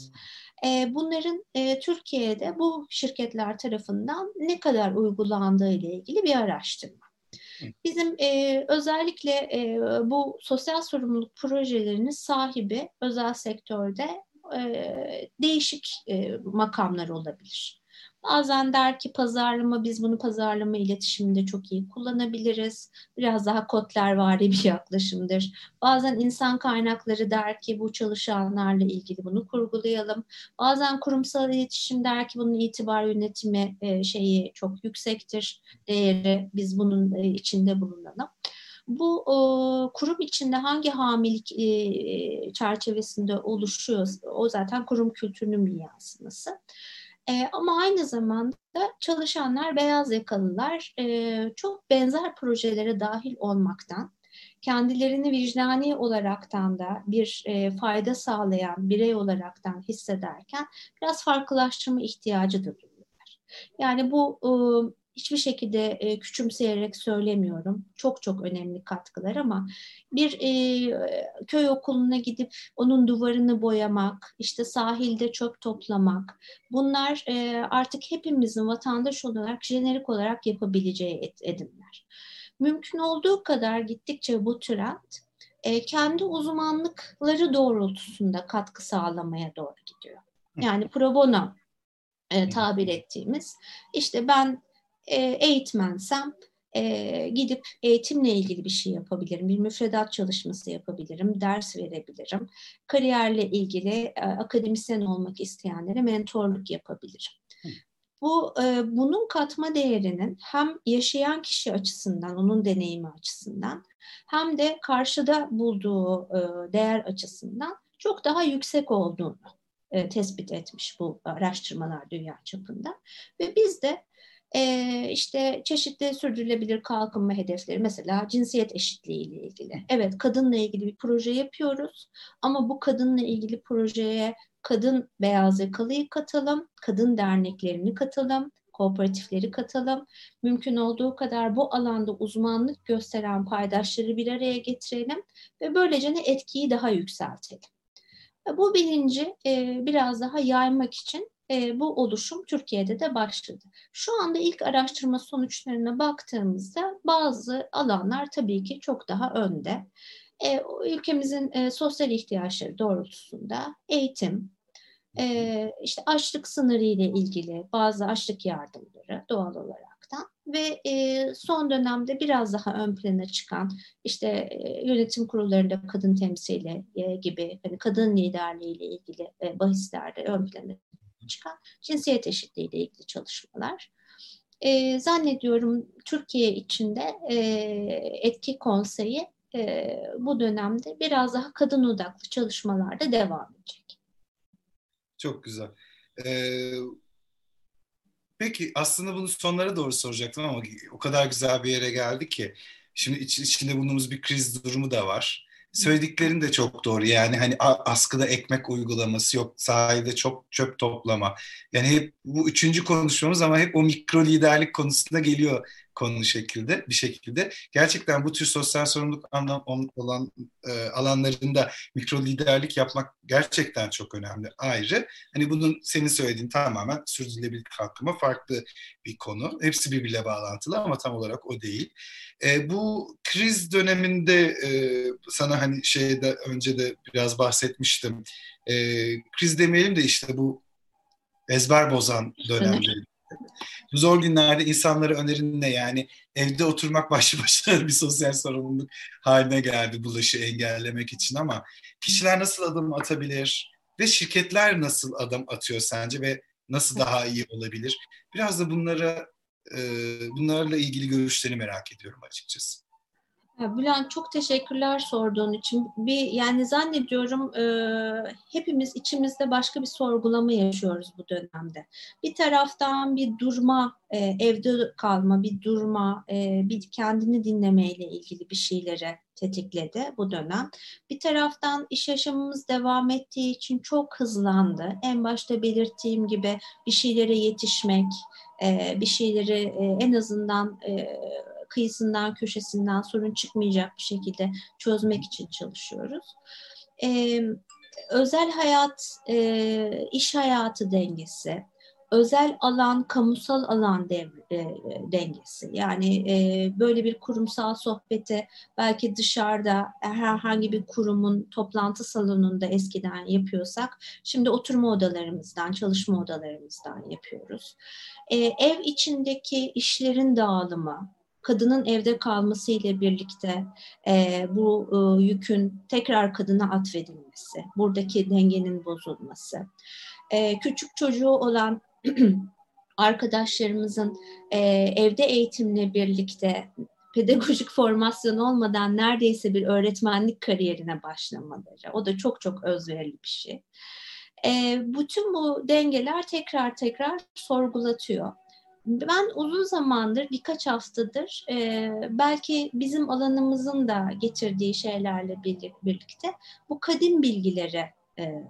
Bunların Türkiye'de bu şirketler tarafından ne kadar uygulandığı ile ilgili bir araştırma. Bizim e, özellikle e, bu sosyal sorumluluk projelerinin sahibi özel sektörde e, değişik e, makamlar olabilir. Bazen der ki pazarlama, biz bunu pazarlama iletişiminde çok iyi kullanabiliriz. Biraz daha Kotlervari bir yaklaşımdır. Bazen insan kaynakları der ki bu çalışanlarla ilgili bunu kurgulayalım. Bazen kurumsal iletişim der ki bunun itibar yönetimi e, şeyi çok yüksektir, değeri, biz bunun e, içinde bulunalım. Bu e, kurum içinde hangi hamilik e, çerçevesinde oluşuyor, o zaten kurum kültürünün bir yansıması. E, ama aynı zamanda çalışanlar, beyaz yakalılar e, çok benzer projelere dahil olmaktan, kendilerini vicdani olaraktan da bir e, fayda sağlayan birey olaraktan hissederken biraz farklılaştırma ihtiyacı da duyuyorlar. Yani bu e, hiçbir şekilde e, küçümseyerek söylemiyorum. Çok çok önemli katkılar ama bir e, köy okuluna gidip onun duvarını boyamak, işte sahilde çöp toplamak, bunlar e, artık hepimizin vatandaş olarak jenerik olarak yapabileceği edimler. Mümkün olduğu kadar gittikçe bu trend e, kendi uzmanlıkları doğrultusunda katkı sağlamaya doğru gidiyor. Yani pro bono e, tabir ettiğimiz, işte ben e, eğitmensem e, gidip eğitimle ilgili bir şey yapabilirim, bir müfredat çalışması yapabilirim, ders verebilirim, kariyerle ilgili e, akademisyen olmak isteyenlere mentorluk yapabilirim. Bu e, bunun katma değerinin hem yaşayan kişi açısından, onun deneyimi açısından, hem de karşıda bulduğu e, değer açısından çok daha yüksek olduğunu e, tespit etmiş bu araştırmalar dünya çapında. Ve biz de e, işte çeşitli sürdürülebilir kalkınma hedefleri, mesela cinsiyet eşitliği ile ilgili. Evet, kadınla ilgili bir proje yapıyoruz ama bu kadınla ilgili projeye kadın beyaz yakalıyı katalım, kadın derneklerini katalım, kooperatifleri katalım. Mümkün olduğu kadar bu alanda uzmanlık gösteren paydaşları bir araya getirelim ve böylece etkiyi daha yükseltelim. Bu bilinci e, biraz daha yaymak için e, bu oluşum Türkiye'de de başladı. Şu anda ilk araştırma sonuçlarına baktığımızda bazı alanlar tabii ki çok daha önde. E, ülkemizin e, sosyal ihtiyaçları doğrultusunda eğitim, e, işte açlık sınırı ile ilgili bazı açlık yardımları doğal olaraktan ve e, son dönemde biraz daha ön plana çıkan işte e, yönetim kurullarında kadın temsili e, gibi hani kadın liderliği ile ilgili e, bahislerde ön plana çıkan cinsiyet eşitliği ile ilgili çalışmalar. E, zannediyorum Türkiye içinde e, etki konseyi e, bu dönemde biraz daha kadın odaklı çalışmalarda devam edecek. Çok güzel. Ee, peki aslında bunu sonlara doğru soracaktım ama o kadar güzel bir yere geldi ki. Şimdi iç, içinde bulunduğumuz bir kriz durumu da var. Söylediklerin de çok doğru. Yani hani askıda ekmek uygulaması yok, sahilde çok çöp toplama. Yani hep bu üçüncü konuşmamız ama hep o mikro liderlik konusunda geliyor konu şekilde bir şekilde. Gerçekten bu tür sosyal sorumluluk anlam olan e, alanlarında mikro liderlik yapmak gerçekten çok önemli. Ayrı. Hani bunun senin söylediğin tamamen sürdürülebilir kalkınma farklı bir konu. Hepsi birbiriyle bağlantılı ama tam olarak o değil. E, bu kriz döneminde e, sana hani şeyde önce de biraz bahsetmiştim. E, kriz demeyelim de işte bu ezber bozan dönemde. Bu zor günlerde insanlara önerin ne? Yani evde oturmak başlı başına bir sosyal sorumluluk haline geldi bulaşı engellemek için ama kişiler nasıl adım atabilir ve şirketler nasıl adım atıyor sence ve nasıl daha iyi olabilir? Biraz da bunlara e, bunlarla ilgili görüşlerini merak ediyorum açıkçası. Ya Bülent, çok teşekkürler sorduğun için. Bir yani zannediyorum e, hepimiz içimizde başka bir sorgulama yaşıyoruz bu dönemde. Bir taraftan bir durma, e, evde kalma, bir durma, e, bir kendini dinlemeyle ilgili bir şeylere tetikledi bu dönem. Bir taraftan iş yaşamımız devam ettiği için çok hızlandı. En başta belirttiğim gibi bir şeylere yetişmek, e, bir şeyleri e, en azından e, kıyısından köşesinden sorun çıkmayacak bir şekilde çözmek için çalışıyoruz. Ee, Özel hayat, e, iş hayatı dengesi, özel alan, kamusal alan dev, e, dengesi. Yani e, böyle bir kurumsal sohbeti belki dışarıda herhangi bir kurumun toplantı salonunda eskiden yapıyorsak, şimdi oturma odalarımızdan, çalışma odalarımızdan yapıyoruz. E, ev içindeki işlerin dağılımı, kadının evde kalması ile birlikte e, bu e, yükün tekrar kadına atfedilmesi, buradaki dengenin bozulması, e, küçük çocuğu olan arkadaşlarımızın e, evde eğitimle birlikte pedagojik formasyon olmadan neredeyse bir öğretmenlik kariyerine başlamaları, o da çok çok özverili bir şey. E, bütün bu dengeler tekrar tekrar sorgulatıyor. Ben uzun zamandır, birkaç haftadır e, belki bizim alanımızın da getirdiği şeylerle birlikte bu kadim bilgileri e,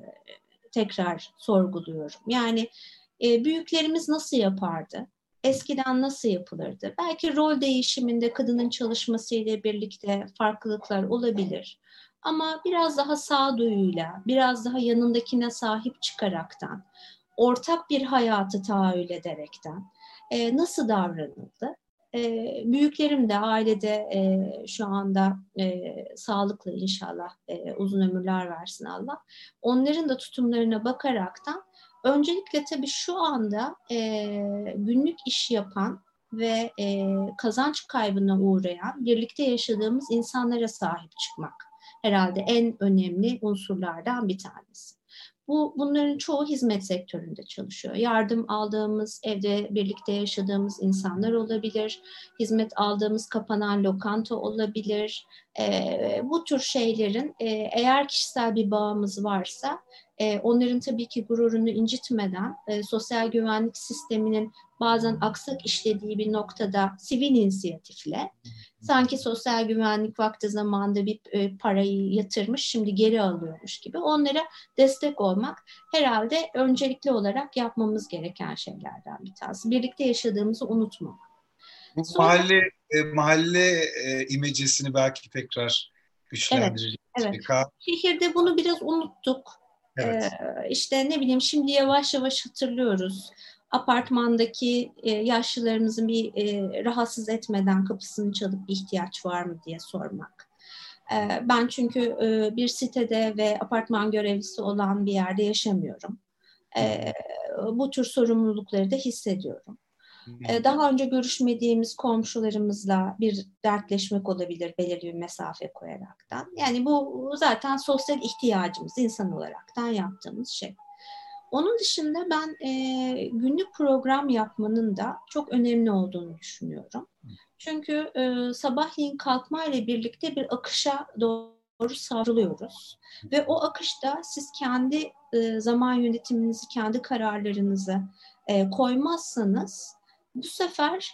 tekrar sorguluyorum. Yani e, büyüklerimiz nasıl yapardı? Eskiden nasıl yapılırdı? Belki rol değişiminde kadının çalışmasıyla birlikte farklılıklar olabilir. Ama biraz daha sağduyuyla, biraz daha yanındakine sahip çıkaraktan, ortak bir hayatı tahayyül ederekten e, nasıl davranıldı? E, büyüklerim de ailede e, şu anda e, sağlıklı inşallah e, uzun ömürler versin Allah. Onların da tutumlarına bakaraktan öncelikle tabii şu anda e, günlük iş yapan ve e, kazanç kaybına uğrayan, birlikte yaşadığımız insanlara sahip çıkmak herhalde en önemli unsurlardan bir tanesi. Bu, bunların çoğu hizmet sektöründe çalışıyor. Yardım aldığımız, evde birlikte yaşadığımız insanlar olabilir. Hizmet aldığımız kapanan lokanta olabilir. E, bu tür şeylerin e, eğer kişisel bir bağımız varsa e, onların tabii ki gururunu incitmeden e, sosyal güvenlik sisteminin bazen aksak işlediği bir noktada sivil inisiyatifle sanki sosyal güvenlik vakti zamanında bir e, parayı yatırmış şimdi geri alıyormuş gibi onlara destek olmak herhalde öncelikli olarak yapmamız gereken şeylerden bir tanesi. Birlikte yaşadığımızı unutmamak. Bu Sonra mahalle e, mahalle e, imecesini belki tekrar evet, güçlendirecek. evet. Ka- Şehirde bunu biraz unuttuk. Ee, Evet. işte ne bileyim şimdi yavaş yavaş hatırlıyoruz. Apartmandaki e, yaşlılarımızın bir e, rahatsız etmeden kapısını çalıp ihtiyaç var mı diye sormak. Ee, ben çünkü e, bir sitede ve apartman görevlisi olan bir yerde yaşamıyorum. Ee, bu tür sorumlulukları da hissediyorum. Daha önce görüşmediğimiz komşularımızla bir dertleşmek olabilir belirli bir mesafe koyaraktan. Yani bu zaten sosyal ihtiyacımız insan olaraktan yaptığımız şey. Onun dışında ben e, günlük program yapmanın da çok önemli olduğunu düşünüyorum. Çünkü e, sabahleyin kalkma ile birlikte bir akışa doğru savruluyoruz. Ve o akışta siz kendi e, zaman yönetiminizi, kendi kararlarınızı e, koymazsanız bu sefer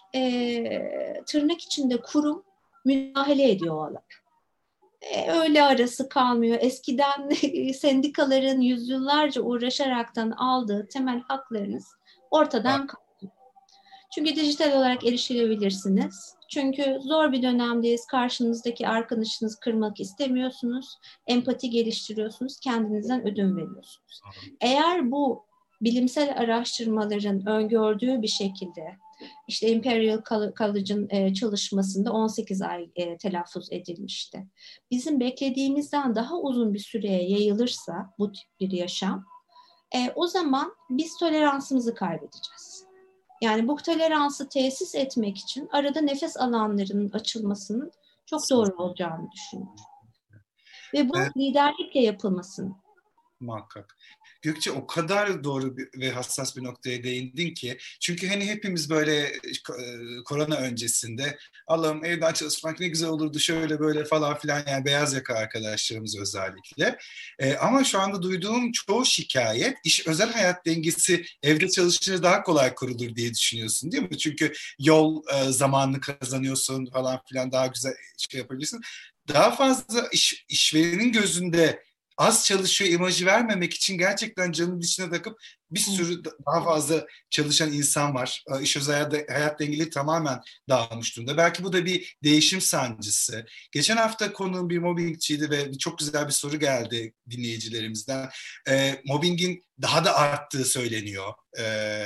e, tırnak içinde kurum müdahale ediyor o alana. E, öğle arası kalmıyor. Eskiden sendikaların yüzyıllarca uğraşaraktan aldığı temel haklarınız ortadan kalkıyor. Çünkü dijital olarak erişilebilirsiniz. Çünkü zor bir dönemdeyiz. Karşınızdaki arkadaşınızı kırmak istemiyorsunuz. Empati geliştiriyorsunuz. Kendinizden ödün veriyorsunuz. Eğer bu bilimsel araştırmaların öngördüğü bir şekilde işte Imperial College'ın e, çalışmasında on sekiz ay e, telaffuz edilmişti. Bizim beklediğimizden daha uzun bir süreye yayılırsa bu tip bir yaşam, e, o zaman biz toleransımızı kaybedeceğiz. Yani bu toleransı tesis etmek için arada nefes alanlarının açılmasının çok doğru olacağını düşünüyorum. Ve bu liderlikle yapılmasını Muhakkak. Gökçe, o kadar doğru bir, ve hassas bir noktaya değindin ki. Çünkü hani hepimiz böyle e, korona öncesinde Allah'ım evden çalışmak ne güzel olurdu şöyle böyle falan filan, yani beyaz yaka arkadaşlarımız özellikle. E, ama şu anda duyduğum çoğu şikayet iş özel hayat dengesi evde çalışınca daha kolay kurulur diye düşünüyorsun değil mi? Çünkü yol e, zamanını kazanıyorsun falan filan, daha güzel şey yapabilirsin. Daha fazla iş, işverenin gözünde az çalışıyor imajı vermemek için gerçekten canın dişine takıp bir sürü daha fazla çalışan insan var. İş özel hayat, hayat dengeli tamamen dağılmış durumda. Belki bu da bir değişim sancısı. Geçen hafta konuğum bir mobbingçiydi ve çok güzel bir soru geldi dinleyicilerimizden. E, mobbingin daha da arttığı söyleniyor. E,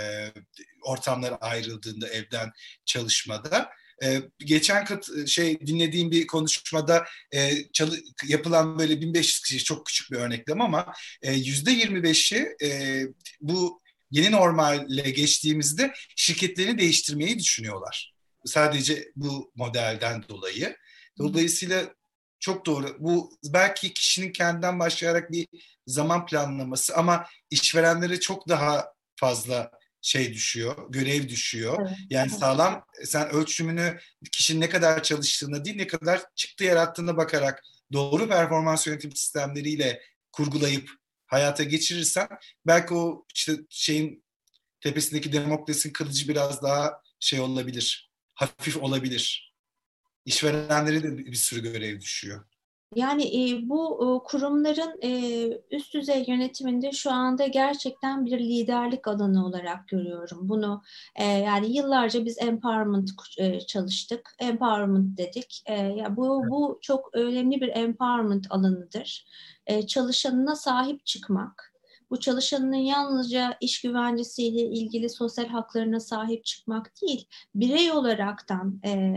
ortamlar ayrıldığında evden çalışmada. Ee, geçen kat, şey dinlediğim bir konuşmada e, çalı, yapılan böyle bin beş yüz kişi, çok küçük bir örneklem ama e, yüzde yirmi beşi e, bu yeni normale geçtiğimizde şirketlerini değiştirmeyi düşünüyorlar. Sadece bu modelden dolayı. Dolayısıyla çok doğru. Bu belki kişinin kendinden başlayarak bir zaman planlaması ama işverenlere çok daha fazla şey düşüyor, görev düşüyor. Evet. Yani sağlam, sen ölçümünü kişinin ne kadar çalıştığına değil, ne kadar çıktı yarattığına bakarak doğru performans yönetim sistemleriyle kurgulayıp hayata geçirirsen belki o işte şeyin tepesindeki Demokles'in kılıcı biraz daha şey olabilir, hafif olabilir. İşverenlere de bir sürü görev düşüyor. Yani e, bu e, kurumların e, üst düzey yönetiminde şu anda gerçekten bir liderlik alanı olarak görüyorum. Bunu e, yani yıllarca biz empowerment e, çalıştık. Empowerment dedik. E, ya bu bu çok önemli bir empowerment alanıdır. E, çalışanına sahip çıkmak. Bu çalışanının yalnızca iş güvencesiyle ilgili sosyal haklarına sahip çıkmak değil, birey olaraktan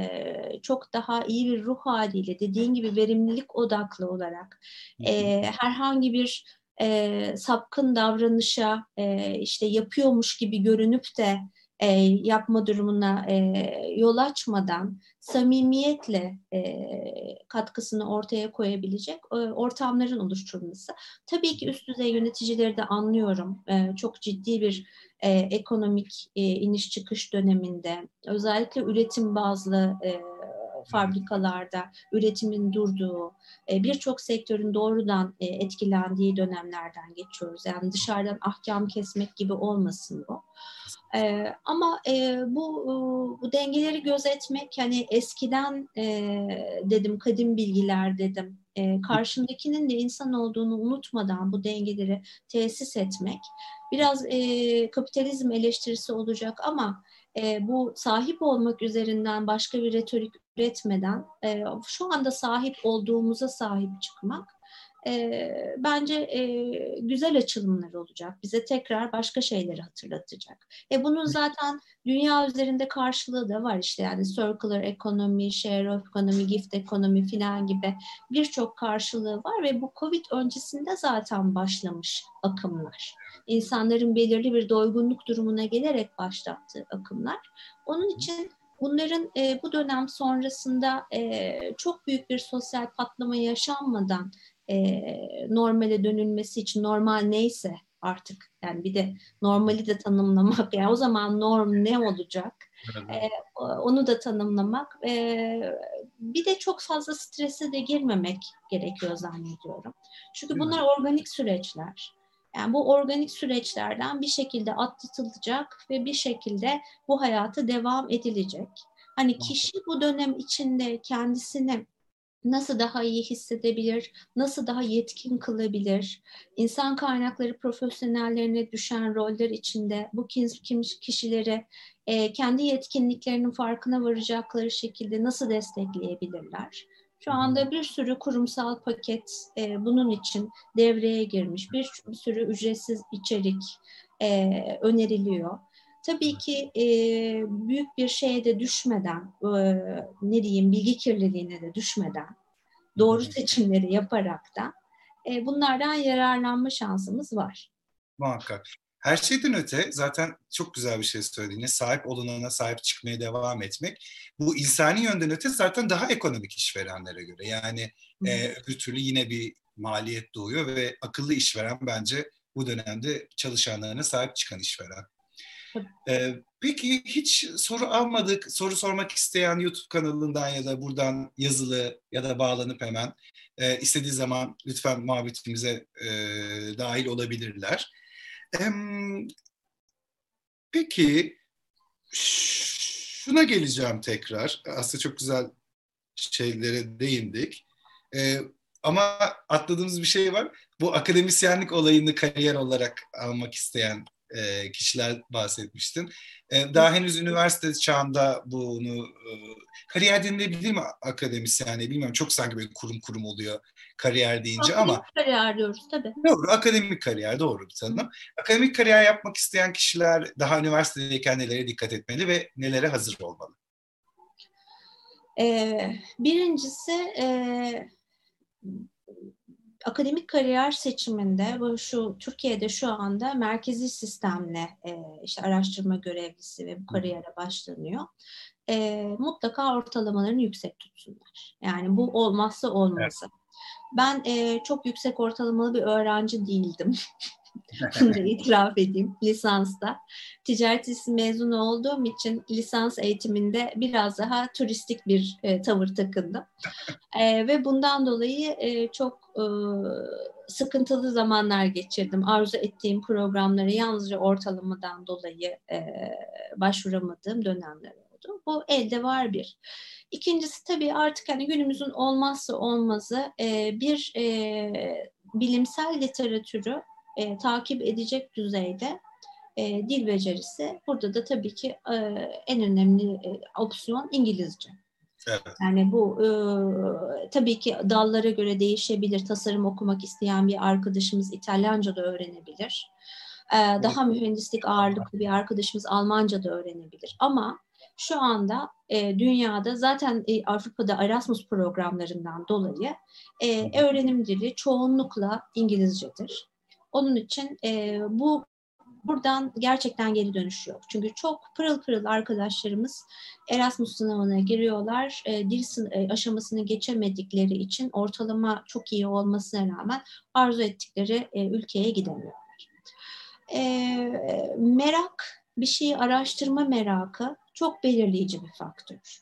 e, çok daha iyi bir ruh haliyle, dediğin gibi verimlilik odaklı olarak e, herhangi bir e, sapkın davranışa e, işte yapıyormuş gibi görünüp de e, yapma durumuna e, yol açmadan samimiyetle e, katkısını ortaya koyabilecek e, ortamların oluşturulması. Tabii ki üst düzey yöneticileri de anlıyorum. E, çok ciddi bir e, ekonomik e, iniş çıkış döneminde, özellikle üretim bazlı e, fabrikalarda üretimin durduğu, e, birçok sektörün doğrudan e, etkilendiği dönemlerden geçiyoruz. Yani dışarıdan ahkam kesmek gibi olmasın bu. E, ama e, bu bu dengeleri gözetmek, hani eskiden e, dedim, kadim bilgiler dedim. E, karşındakinin de insan olduğunu unutmadan bu dengeleri tesis etmek biraz e, kapitalizm eleştirisi olacak ama e, bu sahip olmak üzerinden başka bir retorik üretmeden e, şu anda sahip olduğumuza sahip çıkmak e, bence e, güzel açılımlar olacak. Bize tekrar başka şeyleri hatırlatacak. E, bunun zaten dünya üzerinde karşılığı da var, işte yani circular economy, share of economy, gift economy filan gibi birçok karşılığı var ve bu Covid öncesinde zaten başlamış akımlar. İnsanların belirli bir doygunluk durumuna gelerek başlattığı akımlar. Onun için bunların e, bu dönem sonrasında e, çok büyük bir sosyal patlama yaşanmadan e, normale dönülmesi için, normal neyse artık, yani bir de normali de tanımlamak, yani o zaman norm ne olacak e, onu da tanımlamak, e, bir de çok fazla strese de girmemek gerekiyor zannediyorum. Çünkü bunlar organik süreçler. Yani bu organik süreçlerden bir şekilde atlatılacak ve bir şekilde bu hayata devam edilecek. Hani kişi bu dönem içinde kendisini nasıl daha iyi hissedebilir, nasıl daha yetkin kılabilir, insan kaynakları profesyonellerine düşen roller içinde bu kişileri e, kendi yetkinliklerinin farkına varacakları şekilde nasıl destekleyebilirler? Şu anda bir sürü kurumsal paket e, bunun için devreye girmiş, bir, bir sürü ücretsiz içerik e, öneriliyor. Tabii ki e, büyük bir şeye de düşmeden, e, ne diyeyim, bilgi kirliliğine de düşmeden, doğru seçimleri yaparak da e, bunlardan yararlanma şansımız var. Muhakkak. her şeyden öte zaten çok güzel bir şey söylediğiniz, sahip olunana sahip çıkmaya devam etmek. Bu insani yönden öte zaten daha ekonomik işverenlere göre. Yani e, öbür türlü yine bir maliyet doğuyor ve akıllı işveren bence bu dönemde çalışanlarına sahip çıkan işveren. Ee, peki hiç soru almadık. Soru sormak isteyen YouTube kanalından ya da buradan yazılı ya da bağlanıp hemen e, istediği zaman lütfen muhabbetimize e, dahil olabilirler. Em, peki şuna geleceğim tekrar. Aslında çok güzel şeylere değindik. E, ama atladığımız bir şey var. Bu akademisyenlik olayını kariyer olarak almak isteyen e, kişiler bahsetmiştin. E, daha henüz üniversite çağında bunu e, kariyer denilebilir mi akademisyenliğe bilmiyorum. Çok sanki böyle kurum kurum oluyor kariyer deyince ama Akademik kariyer diyoruz tabii. doğru, akademik kariyer doğru bir tanım. Akademik kariyer yapmak isteyen kişiler daha üniversitedeyken nelere dikkat etmeli ve nelere hazır olmalı? Ee, birincisi e, akademik kariyer seçiminde bu şu Türkiye'de şu anda merkezi sistemle e, işte araştırma görevlisi ve bu kariyere başlanıyor. E, mutlaka ortalamalarını yüksek tutsunlar. Yani bu olmazsa olmazı. Evet. Ben e, çok yüksek ortalamalı bir öğrenci değildim. Bunu da itiraf edeyim lisansta. Ticaret lisesi mezunu olduğum için lisans eğitiminde biraz daha turistik bir e, tavır takındım. E, ve bundan dolayı e, çok e, sıkıntılı zamanlar geçirdim. Arzu ettiğim programlara yalnızca ortalamadan dolayı e, başvuramadığım dönemler oldu. Bu elde var bir. İkincisi tabii artık hani günümüzün olmazsa olmazı e, bir e, bilimsel literatürü e, takip edecek düzeyde e, dil becerisi. Burada da tabii ki e, en önemli e, opsiyon İngilizce. Evet. Yani bu e, tabii ki dallara göre değişebilir. Tasarım okumak isteyen bir arkadaşımız İtalyanca da öğrenebilir. E, daha mühendislik ağırlıklı bir arkadaşımız Almanca da öğrenebilir. Ama şu anda e, dünyada zaten e, Avrupa'da Erasmus programlarından dolayı e, öğrenim dili çoğunlukla İngilizcedir. Onun için e, bu buradan gerçekten geri dönüş yok. Çünkü çok pırıl pırıl arkadaşlarımız Erasmus sınavına giriyorlar. E, dil e, aşamasını geçemedikleri için ortalama çok iyi olmasına rağmen arzu ettikleri e, ülkeye gidemiyorlar. E, merak, bir şeyi araştırma merakı çok belirleyici bir faktör.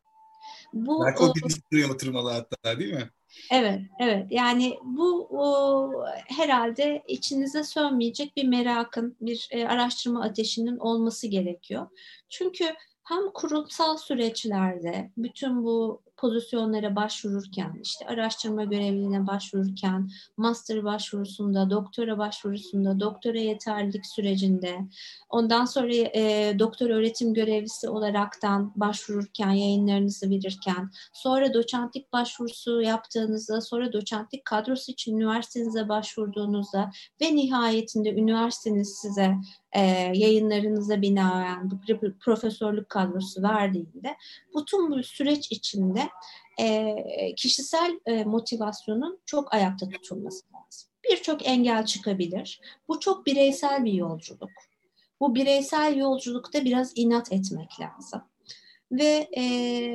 Bu, Belki o bir oturmalı hatta değil mi? Evet, evet. Yani bu o, herhalde içinize sönmeyecek bir merakın, bir e, araştırma ateşinin olması gerekiyor. Çünkü hem kurumsal süreçlerde bütün bu pozisyonlara başvururken, işte araştırma görevliliğine başvururken, master başvurusunda, doktora başvurusunda, doktora yeterlilik sürecinde, ondan sonra e, doktor öğretim görevlisi olaraktan başvururken, yayınlarınızı verirken, sonra doçentlik başvurusu yaptığınızda, sonra doçentlik kadrosu için üniversitenize başvurduğunuzda ve nihayetinde üniversiteniz size e, yayınlarınıza binaen profesörlük kadrosu verdiğinde bütün bu süreç içinde e, kişisel e, motivasyonun çok ayakta tutulması lazım. Birçok engel çıkabilir. Bu çok bireysel bir yolculuk. Bu bireysel yolculukta biraz inat etmek lazım. Ve e,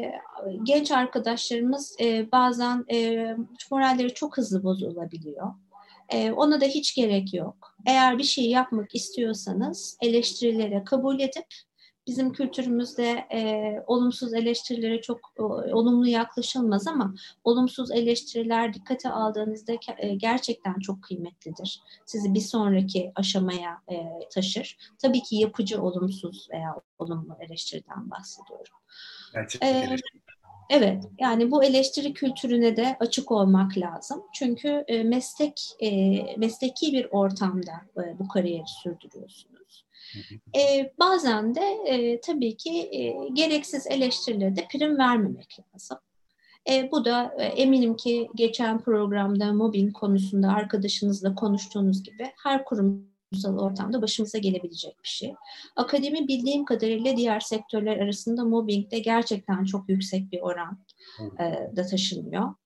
genç arkadaşlarımız e, bazen e, moralleri çok hızlı bozulabiliyor. E, ona da hiç gerek yok. Eğer bir şey yapmak istiyorsanız eleştirilere kabul edip, bizim kültürümüzde e, olumsuz eleştirilere çok e, olumlu yaklaşılmaz ama olumsuz eleştiriler dikkate aldığınızda e, gerçekten çok kıymetlidir. Sizi bir sonraki aşamaya e, taşır. Tabii ki yapıcı olumsuz veya olumlu eleştiriden bahsediyorum. Ee, evet, yani bu eleştiri kültürüne de açık olmak lazım. Çünkü e, meslek e, mesleki bir ortamda e, bu kariyeri sürdürüyorsunuz. E, bazen de e, tabii ki e, gereksiz eleştirilere de prim vermemek lazım. E, bu da e, eminim ki geçen programda mobbing konusunda arkadaşınızla konuştuğunuz gibi her kurumsal ortamda başımıza gelebilecek bir şey. Akademi bildiğim kadarıyla diğer sektörler arasında mobbingde gerçekten çok yüksek bir oran e, da taşınıyor.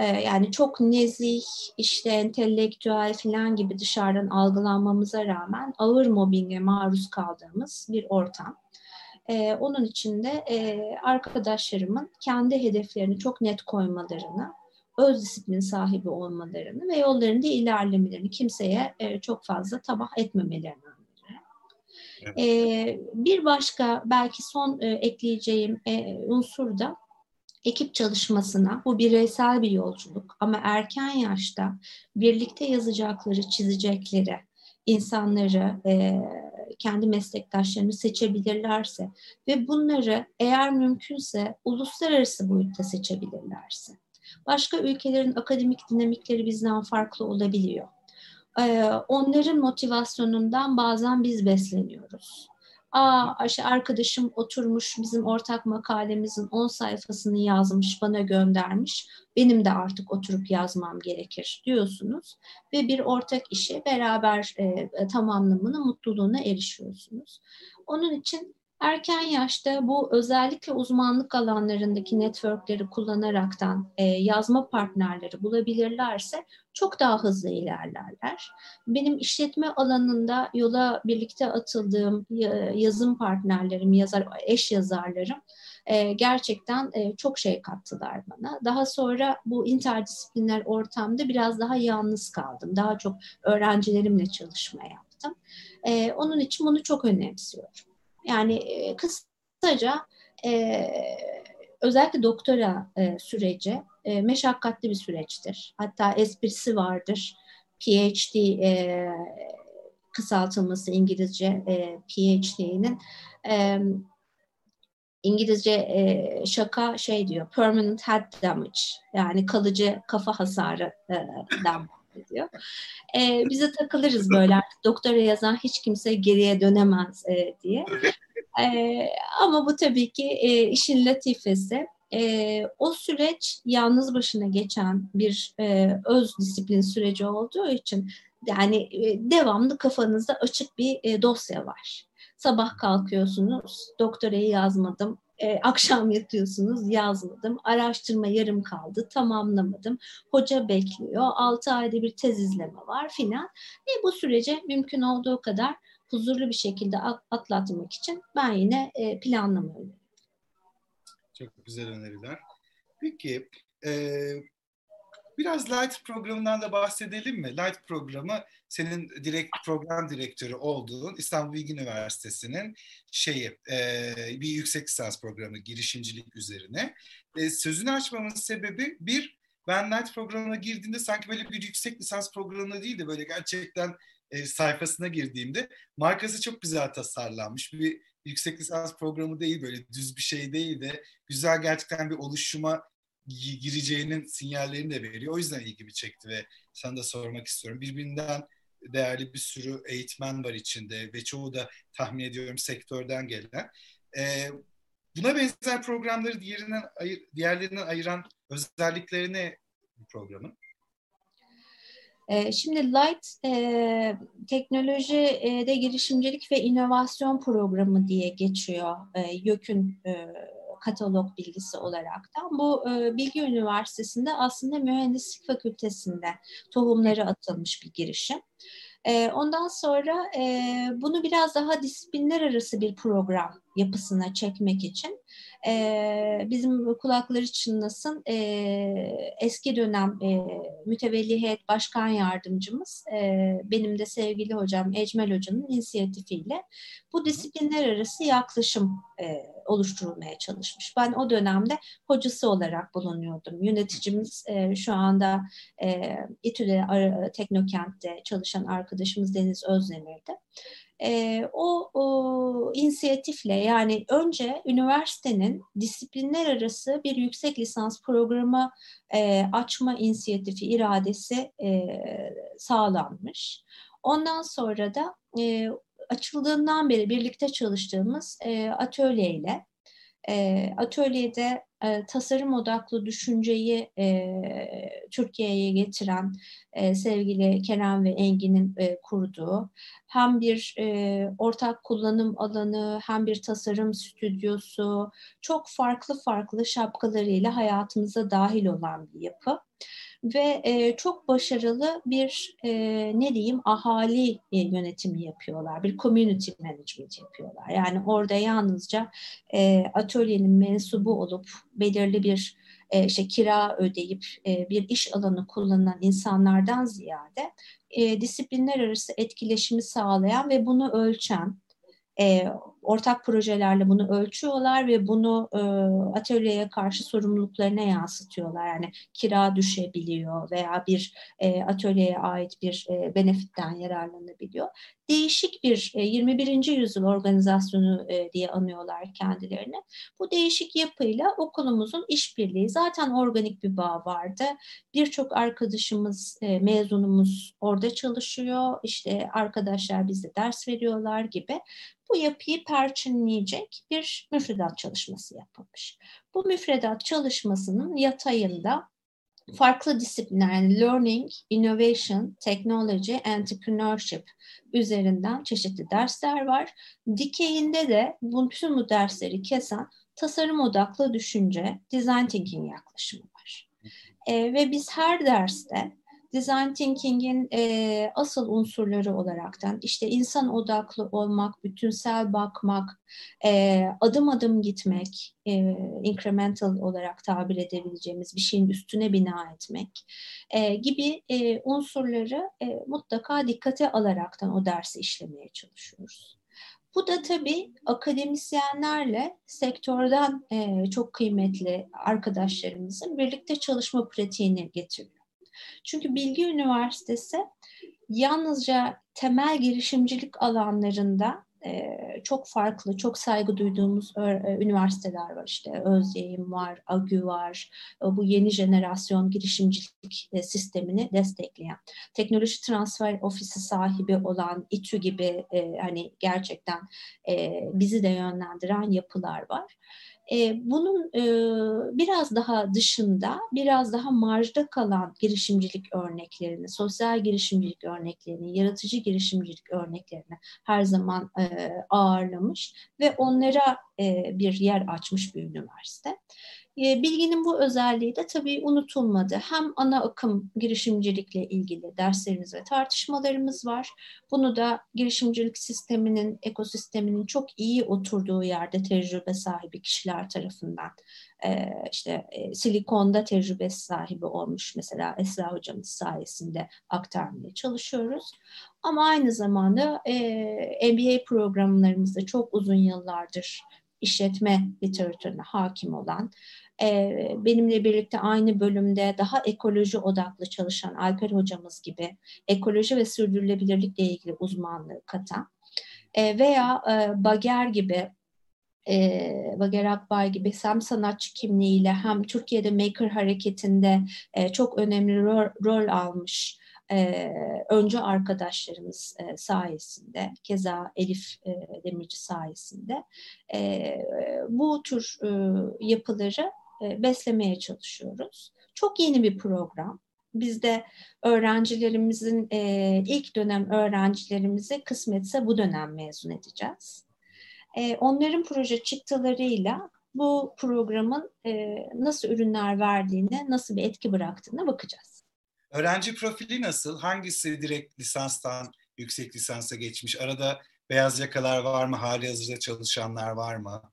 Yani çok nezih, işte entelektüel falan gibi dışarıdan algılanmamıza rağmen ağır mobbinge maruz kaldığımız bir ortam. Ee, onun için de e, arkadaşlarımın kendi hedeflerini çok net koymalarını, öz disiplin sahibi olmalarını ve yollarında ilerlemelerini, kimseye e, çok fazla tabah etmemelerini öneririm. Evet. Ee, bir başka belki son e, ekleyeceğim e, unsur da ekip çalışmasına. Bu bireysel bir yolculuk ama erken yaşta birlikte yazacakları, çizecekleri insanları, e, kendi meslektaşlarını seçebilirlerse ve bunları eğer mümkünse uluslararası boyutta seçebilirlerse. Başka ülkelerin akademik dinamikleri bizden farklı olabiliyor. E, onların motivasyonundan bazen biz besleniyoruz. Aa, işte arkadaşım oturmuş bizim ortak makalemizin on sayfasını yazmış, bana göndermiş. Benim de artık oturup yazmam gerekir diyorsunuz. Ve bir ortak işi beraber e, tamamlamını, mutluluğuna erişiyorsunuz. Onun için erken yaşta bu özellikle uzmanlık alanlarındaki networkleri kullanaraktan e, yazma partnerleri bulabilirlerse çok daha hızlı ilerlerler. Benim işletme alanında yola birlikte atıldığım yazım partnerlerim, yazar, eş yazarlarım e, gerçekten e, çok şey kattılar bana. Daha sonra bu interdisipliner ortamda biraz daha yalnız kaldım. Daha çok öğrencilerimle çalışma yaptım. E, onun için bunu çok önemsiyorum. Yani e, kısaca e, özellikle doktora e, süreci e, meşakkatli bir süreçtir. Hatta esprisi vardır. PhD e, kısaltılması İngilizce e, PhD'nin e, İngilizce e, şaka şey diyor, permanent head damage, yani kalıcı kafa hasarıdan bahsediyor. E, bize takılırız böyle artık doktora yazan hiç kimse geriye dönemez e, diye. E, ama bu tabii ki e, işin latifesi. E, o süreç yalnız başına geçen bir e, öz disiplin süreci olduğu için yani e, devamlı kafanızda açık bir e, dosya var. Sabah kalkıyorsunuz, doktorayı yazmadım. E, akşam yatıyorsunuz, yazmadım. Araştırma yarım kaldı, tamamlamadım. Hoca bekliyor, altı ayda bir tez izleme var filan. E, bu sürece mümkün olduğu kadar huzurlu bir şekilde atlatmak için ben yine e, planlama öneriyorum. Çok güzel öneriler. Peki, e, biraz Light programından da bahsedelim mi? Light programı senin direkt program direktörü olduğun İstanbul Bilgi Üniversitesi'nin şeyi e, bir yüksek lisans programı girişimcilik üzerine. E, sözünü açmamın sebebi bir, ben Light programına girdiğimde sanki böyle bir yüksek lisans programı değil de böyle gerçekten e, sayfasına girdiğimde markası çok güzel tasarlanmış bir yüksek lisans programı değil, böyle düz bir şey değil de güzel gerçekten bir oluşuma gireceğinin sinyallerini de veriyor. O yüzden ilgimi çekti ve sana da sormak istiyorum. Birbirinden değerli bir sürü eğitmen var içinde ve çoğu da tahmin ediyorum sektörden gelen. Ee, buna benzer programları diğerinden ayır, diğerlerinden ayıran özellikleri ne bu programın? Şimdi Light e, teknolojide girişimcilik ve inovasyon programı diye geçiyor e, YÖK'ün e, katalog bilgisi olaraktan. Bu e, Bilgi Üniversitesi'nde aslında mühendislik fakültesinde tohumları atılmış bir girişim. E, ondan sonra e, bunu biraz daha disiplinler arası bir program yapısına çekmek için e, bizim kulakları çınlasın e, eski dönem e, mütevelli heyet başkan yardımcımız e, benim de sevgili hocam Ecmel Hoca'nın inisiyatifiyle bu disiplinler arası yaklaşım e, oluşturulmaya çalışmış. Ben o dönemde hocası olarak bulunuyordum. Yöneticimiz e, şu anda e, İTÜ'de Teknokent'te çalışan arkadaşımız Deniz Özdemir'di. E, o, o inisiyatifle yani önce üniversitenin disiplinler arası bir yüksek lisans programı e, açma inisiyatifi, iradesi e, sağlanmış. Ondan sonra da e, açıldığından beri birlikte çalıştığımız e, atölyeyle E, atölyede e, tasarım odaklı düşünceyi e, Türkiye'ye getiren e, sevgili Kerem ve Engin'in e, kurduğu hem bir e, ortak kullanım alanı hem bir tasarım stüdyosu, çok farklı farklı şapkalarıyla hayatımıza dahil olan bir yapı. Ve e, çok başarılı bir e, ne diyeyim ahali e, yönetimi yapıyorlar. Bir community management yapıyorlar. Yani orada yalnızca e, atölyenin mensubu olup belirli bir e, işte kira ödeyip e, bir iş alanı kullanan insanlardan ziyade e, disiplinler arası etkileşimi sağlayan ve bunu ölçen, E, ortak projelerle bunu ölçüyorlar ve bunu e, atölyeye karşı sorumluluklarına yansıtıyorlar. Yani kira düşebiliyor veya bir e, atölyeye ait bir e, benefitten yararlanabiliyor. Değişik bir e, yirmi birinci yüzyıl organizasyonu e, diye anıyorlar kendilerini. Bu değişik yapıyla okulumuzun işbirliği, zaten organik bir bağ vardı. Birçok arkadaşımız, e, mezunumuz orada çalışıyor. İşte arkadaşlar bize ders veriyorlar gibi. Bu yapıyı perçinleyecek bir müfredat çalışması yapılmış. Bu müfredat çalışmasının yatayında farklı disiplinler, yani learning, innovation, technology, entrepreneurship üzerinden çeşitli dersler var. Dikeyinde de bütün bu dersleri kesen tasarım odaklı düşünce, design thinking yaklaşımı var. E, ve biz her derste design thinking'in e, asıl unsurları olaraktan işte insan odaklı olmak, bütünsel bakmak, e, adım adım gitmek, e, incremental olarak tabir edebileceğimiz bir şeyin üstüne bina etmek e, gibi e, unsurları e, mutlaka dikkate alaraktan o dersi işlemeye çalışıyoruz. Bu da tabii akademisyenlerle sektörden e, çok kıymetli arkadaşlarımızın birlikte çalışma pratiğini getiriyor. Çünkü Bilgi Üniversitesi yalnızca temel girişimcilik alanlarında e, çok farklı, çok saygı duyduğumuz e, üniversiteler var. İşte Özyeğin var, AGÜ var, e, bu yeni jenerasyon girişimcilik e, sistemini destekleyen. Teknoloji Transfer Ofisi sahibi olan İTÜ gibi e, hani gerçekten e, bizi de yönlendiren yapılar var. E, bunun e, biraz daha dışında, biraz daha marjda kalan girişimcilik örneklerini, sosyal girişimcilik örneklerini, yaratıcı girişimcilik örneklerini her zaman e, ağırlamış ve onlara e, bir yer açmış bir üniversite. Bilginin bu özelliği de tabii unutulmadı. Hem ana akım girişimcilikle ilgili derslerimiz ve tartışmalarımız var. Bunu da girişimcilik sisteminin, ekosisteminin çok iyi oturduğu yerde tecrübe sahibi kişiler tarafından işte Silikon'da tecrübe sahibi olmuş mesela Esra hocamız sayesinde aktarmaya çalışıyoruz. Ama aynı zamanda M B A programlarımızda çok uzun yıllardır işletme literatürüne hakim olan, benimle birlikte aynı bölümde daha ekoloji odaklı çalışan Alper hocamız gibi ekoloji ve sürdürülebilirlikle ilgili uzmanlığı katan veya Bager gibi, Bager Akbay gibi hem sanatçı kimliğiyle hem Türkiye'de Maker hareketinde çok önemli rol, rol almış Ee, öncü arkadaşlarımız e, sayesinde, keza Elif e, Demirci sayesinde e, bu tür e, yapıları e, beslemeye çalışıyoruz. Çok yeni bir program. Biz de öğrencilerimizin, e, ilk dönem öğrencilerimizi kısmetse bu dönem mezun edeceğiz. E, onların proje çıktılarıyla bu programın e, nasıl ürünler verdiğine, nasıl bir etki bıraktığına bakacağız. Öğrenci profili nasıl? Hangisi direkt lisanstan yüksek lisansa geçmiş? Arada beyaz yakalar var mı? Hali hazırda çalışanlar var mı?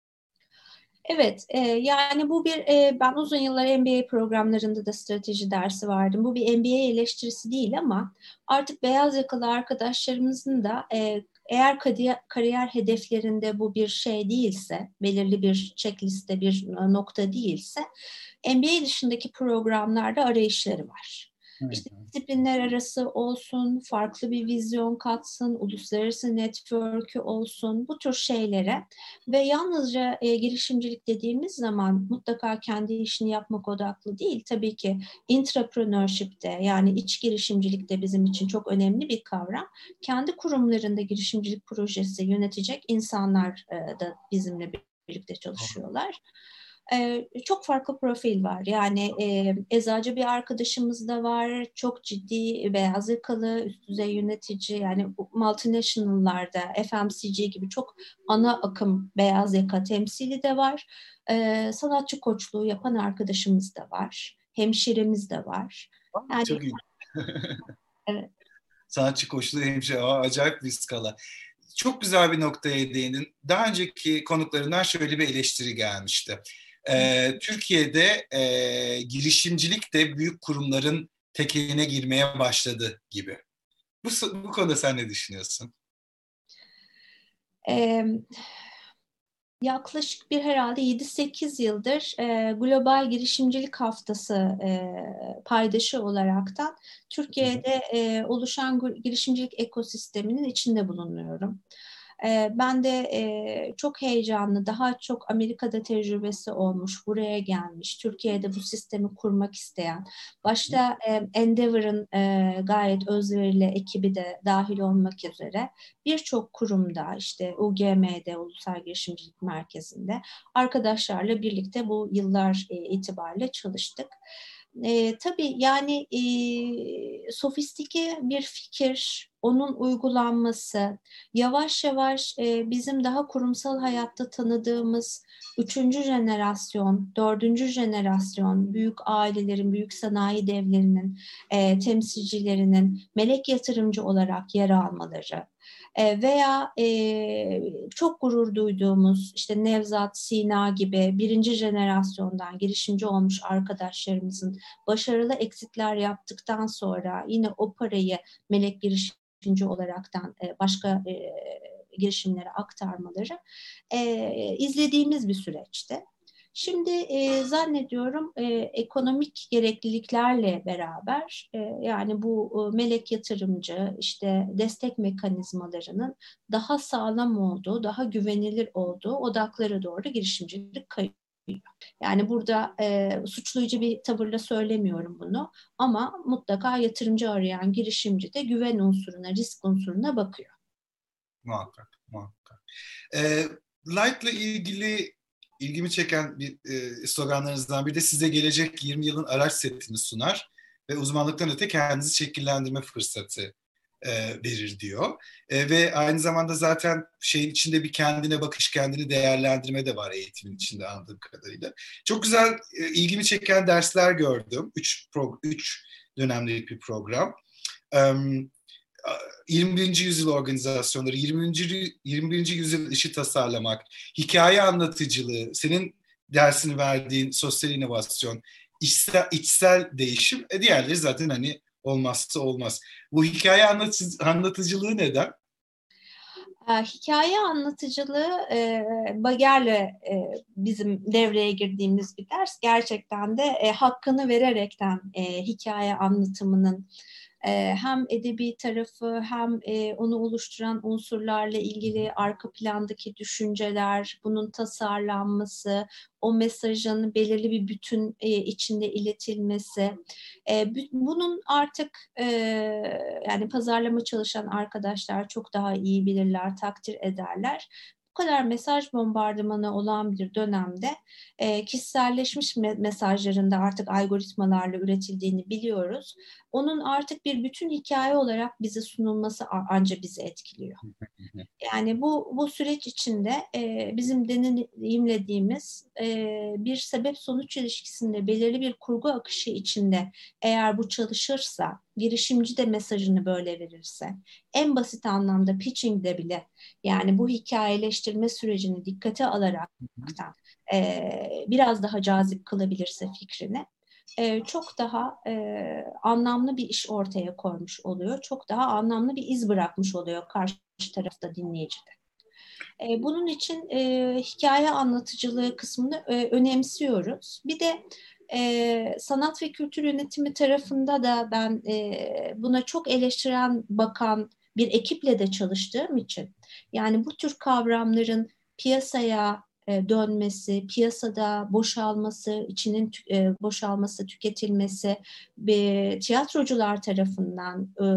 Evet, e, yani bu bir, e, ben uzun yıllar M B A programlarında da strateji dersi vardım. Bu bir M B A eleştirisi değil ama artık beyaz yakalı arkadaşlarımızın da e, eğer kariyer, kariyer hedeflerinde bu bir şey değilse, belirli bir checkliste bir nokta değilse, M B A dışındaki programlarda arayışları var. İşte disiplinler arası olsun, farklı bir vizyon katsın, uluslararası network'ü olsun, bu tür şeylere ve yalnızca e, girişimcilik dediğimiz zaman mutlaka kendi işini yapmak odaklı değil. Tabii ki intrapreneurship'te, yani iç girişimcilik de bizim için çok önemli bir kavram. Kendi kurumlarında girişimcilik projesi yönetecek insanlar e, da bizimle birlikte çalışıyorlar. Ee, çok farklı profil var. Yani e, eczacı bir arkadaşımız da var. Çok ciddi beyaz yakalı, üst düzey yönetici, yani multinational'larda F M C G gibi çok ana akım beyaz yaka temsili de var. Ee, sanatçı koçluğu yapan arkadaşımız da var. Hemşiremiz de var. Yani Çok iyi. evet. Sanatçı koçluğu hemşire. Aa, acayip bir skala. Çok güzel bir noktaya değindin. Daha önceki konuklarından şöyle bir eleştiri gelmişti. Ee, Türkiye'de e, girişimcilik de büyük kurumların tekeline girmeye başladı gibi. Bu, bu konuda sen ne düşünüyorsun? Ee, Yaklaşık bir herhalde yedi sekiz yıldır e, Global Girişimcilik Haftası e, paydaşı olaraktan Türkiye'de e, oluşan girişimcilik ekosisteminin içinde bulunuyorum. E, ben de e, çok heyecanlı, daha çok Amerika'da tecrübesi olmuş, buraya gelmiş, Türkiye'de bu sistemi kurmak isteyen, başta e, Endeavor'ın e, gayet özverili ekibi de dahil olmak üzere birçok kurumda, işte U G M'de, Ulusal Girişimcilik Merkezi'nde arkadaşlarla birlikte bu yıllar e, itibariyle çalıştık. E, tabii yani e, sofistike bir fikir, onun uygulanması, yavaş yavaş e, bizim daha kurumsal hayatta tanıdığımız üçüncü jenerasyon, dördüncü jenerasyon büyük ailelerin, büyük sanayi devlerinin e, temsilcilerinin melek yatırımcı olarak yer almaları, e, veya e, çok gurur duyduğumuz işte Nevzat, Sina gibi birinci jenerasyondan girişimci olmuş arkadaşlarımızın başarılı exitler yaptıktan sonra yine o parayı melek girişimci olaraktan e, başka e, girişimlere aktarmaları e, izlediğimiz bir süreçti. Şimdi e, zannediyorum e, ekonomik gerekliliklerle beraber e, yani bu e, melek yatırımcı işte destek mekanizmalarının daha sağlam olduğu, daha güvenilir olduğu odaklara doğru girişimcilik kayıyor. Yani burada e, suçlayıcı bir tavırla söylemiyorum bunu ama mutlaka yatırımcı arayan girişimci de güven unsuruna, risk unsuruna bakıyor. Muhakkak, muhakkak. E, Light'la ilgili ilgimi çeken bir e, sloganlarınızdan biri de size gelecek yirmi yılın araç setini sunar ve uzmanlıktan öte kendinizi şekillendirme fırsatı e, verir diyor. E, ve aynı zamanda zaten şeyin içinde bir kendine bakış, kendini değerlendirme de var eğitimin içinde anladığım kadarıyla. Çok güzel, e, ilgimi çeken dersler gördüm. Üç, pro, üç dönemlik bir program. Um, yirmi birinci yüzyıl organizasyonları, yirmi birinci yirmi birinci yüzyıl işi tasarlamak, hikaye anlatıcılığı, senin dersini verdiğin sosyal inovasyon, içsel, içsel değişim, e diğerleri zaten hani olmazsa olmaz. Bu hikaye anlatı, anlatıcılığı neden? Hikaye anlatıcılığı e, Bager'le e, bizim devreye girdiğimiz bir ders. Gerçekten de e, hakkını vererekten e, hikaye anlatımının e, hem edebi tarafı hem e, onu oluşturan unsurlarla ilgili arka plandaki düşünceler, bunun tasarlanması, o mesajın belirli bir bütün e, içinde iletilmesi, e, bunun artık e, yani pazarlama çalışan arkadaşlar çok daha iyi bilirler, takdir ederler. Bu kadar mesaj bombardımanı olan bir dönemde e, kişiselleşmiş me- mesajların da artık algoritmalarla üretildiğini biliyoruz. Onun artık bir bütün hikaye olarak bize sunulması ancak bizi etkiliyor. Yani bu bu süreç içinde e, bizim deneyimlediğimiz e, bir sebep-sonuç ilişkisinde belirli bir kurgu akışı içinde eğer bu çalışırsa, girişimci de mesajını böyle verirse, en basit anlamda pitching'de bile yani bu hikayeleştirme sürecini dikkate alarak e, biraz daha cazip kılabilirse fikrini, e, çok daha e, anlamlı bir iş ortaya koymuş oluyor. Çok daha anlamlı bir iz bırakmış oluyor karşı tarafta, dinleyicide. E, bunun için e, hikaye anlatıcılığı kısmını e, önemsiyoruz. Bir de e, sanat ve kültür yönetimi tarafında da ben e, buna çok eleştiren bakan bir ekiple de çalıştığım için yani bu tür kavramların piyasaya e, dönmesi, piyasada boşalması, içinin e, boşalması, tüketilmesi ve tiyatrocular tarafından e,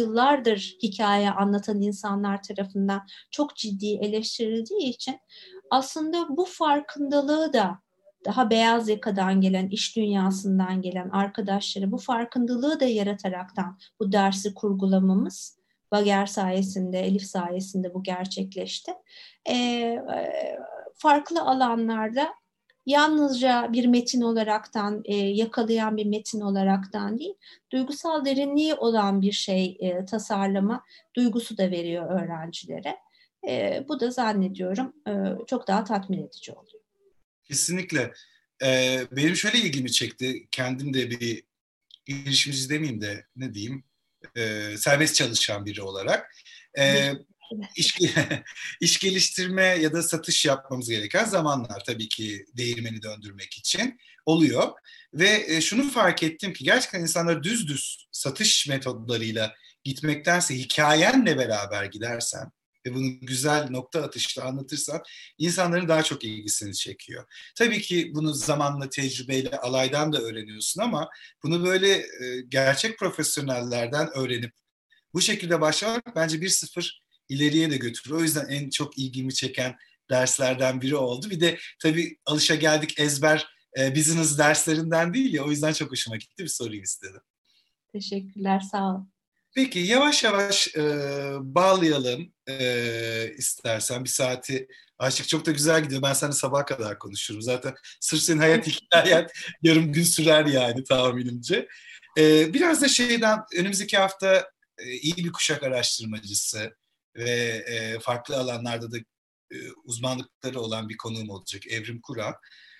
yüzyıllardır hikaye anlatan insanlar tarafından çok ciddi eleştirildiği için aslında bu farkındalığı da daha beyaz yakadan gelen, iş dünyasından gelen arkadaşları bu farkındalığı da yarataraktan bu dersi kurgulamamız Bager sayesinde, Elif sayesinde bu gerçekleşti. E, farklı alanlarda yalnızca bir metin olaraktan, e, yakalayan bir metin olaraktan değil, duygusal derinliği olan bir şey e, tasarlama duygusu da veriyor öğrencilere. E, bu da zannediyorum e, çok daha tatmin edici oluyor. Kesinlikle. Ee, benim şöyle ilgimi çekti. Kendim de bir girişimci demeyeyim de ne diyeyim, e, serbest çalışan biri olarak. E, iş, iş geliştirme ya da satış yapmamız gereken zamanlar tabii ki değirmeni döndürmek için oluyor. Ve e, şunu fark ettim ki gerçekten insanlar düz düz satış metodlarıyla gitmektense hikayenle beraber gidersen ve bunu güzel nokta atışla anlatırsan insanların daha çok ilgisini çekiyor. Tabii ki bunu zamanla, tecrübeyle, alaydan da öğreniyorsun ama bunu böyle e, gerçek profesyonellerden öğrenip bu şekilde başlamak bence bir sıfır ileriye de götürür. O yüzden en çok ilgimi çeken derslerden biri oldu. Bir de tabii alışageldik ezber e, business derslerinden değil ya, o yüzden çok hoşuma gitti, bir sorayım istedim. Teşekkürler, sağ ol. Peki yavaş yavaş e, bağlayalım e, istersen. Bir saati aşık çok da güzel gidiyor. Ben seninle sabaha kadar konuşurum. Zaten sırf senin hayat hikayen yarım gün sürer yani tahminimce. E, biraz da şeyden önümüzdeki hafta e, iyi bir kuşak araştırmacısı ve e, farklı alanlarda da e, uzmanlıkları olan bir konuğum olacak, Evrim Kur'an.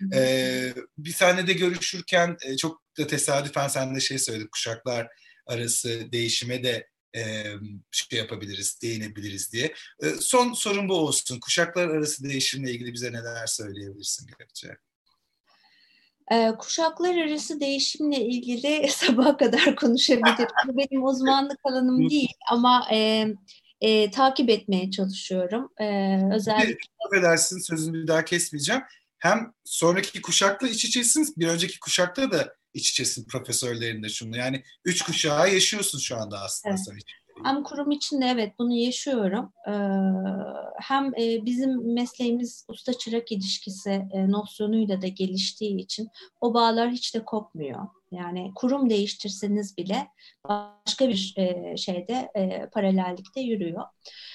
E, bir sahnede görüşürken e, çok da tesadüfen sen de şey söyledin, kuşaklar arası değişime de e, şey yapabiliriz, değinebiliriz diye. E, son sorun bu olsun. Kuşaklar arası değişimle ilgili bize neler söyleyebilirsin Gökçe? E, kuşaklar arası değişimle ilgili sabaha kadar konuşabilirim. Bu benim uzmanlık alanım değil ama e, e, takip etmeye çalışıyorum. E, özellikle... Affedersin, sözünü bir daha kesmeyeceğim. Hem sonraki kuşakla iç içesin, bir önceki kuşakta da iç içesin profesörlerinde şunu. Yani üç kuşağı yaşıyorsun şu anda aslında. Evet. Hem kurum içinde evet bunu yaşıyorum. Ee, hem e, bizim mesleğimiz usta çırak ilişkisi e, nosyonuyla da geliştiği için o bağlar hiç de kopmuyor. Yani kurum değiştirseniz bile başka bir e, şeyde e, paralellikte yürüyor.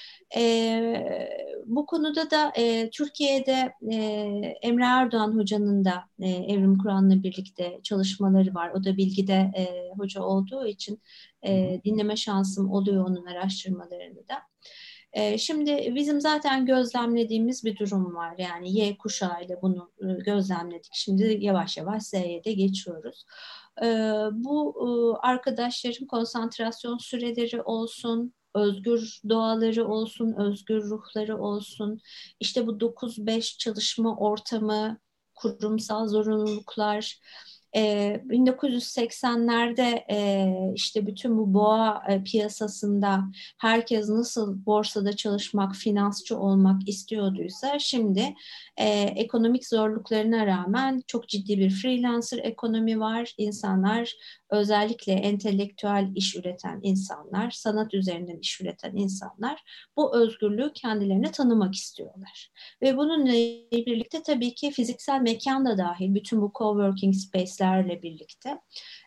E, bu konuda da e, Türkiye'de e, Emre Erdoğan Hoca'nın da e, Evrim Kur'an'la birlikte çalışmaları var. O da Bilgi'de e, hoca olduğu için e, dinleme şansım oluyor onun araştırmalarını da. E, şimdi bizim zaten gözlemlediğimiz bir durum var. Yani Y kuşağıyla bunu e, gözlemledik. Şimdi yavaş yavaş Z'ye de geçiyoruz. E, bu e, arkadaşların konsantrasyon süreleri olsun, özgür doğaları olsun, özgür ruhları olsun, işte bu dokuz beş çalışma ortamı, kurumsal zorunluluklar, e, bin dokuz yüz seksenlerde e, işte bütün bu boğa e, piyasasında herkes nasıl borsada çalışmak, finansçı olmak istiyorduysa şimdi e, ekonomik zorluklarına rağmen çok ciddi bir freelancer ekonomi var. İnsanlar, özellikle entelektüel iş üreten insanlar, sanat üzerinden iş üreten insanlar bu özgürlüğü kendilerine tanımak istiyorlar. Ve bununla birlikte tabii ki fiziksel mekan da dahil, bütün bu coworking space'lerle birlikte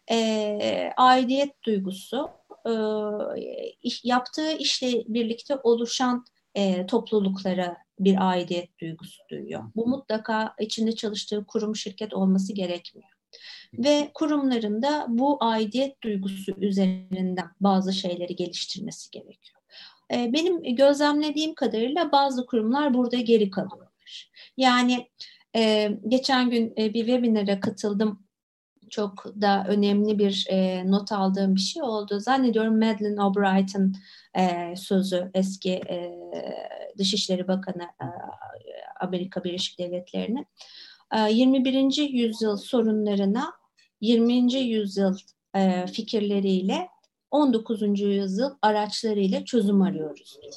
e, aidiyet duygusu, e, iş, yaptığı işle birlikte oluşan e, topluluklara bir aidiyet duygusu duyuyor. Bu mutlaka içinde çalıştığı kurum, şirket olması gerekmiyor. Ve kurumların da bu aidiyet duygusu üzerinden bazı şeyleri geliştirmesi gerekiyor. Benim gözlemlediğim kadarıyla bazı kurumlar burada geri kalıyorlar. Yani e, geçen gün e, bir webinara katıldım. Çok da önemli bir e, not aldığım bir şey oldu. Zannediyorum Madeleine Albright'ın e, sözü, eski e, Dışişleri Bakanı e, Amerika Birleşik Devletleri'nin. E, yirmi birinci yüzyıl sorunlarına yirminci yüzyıl e, fikirleriyle on dokuzuncu yüzyıl araçlarıyla çözüm arıyoruz diyor.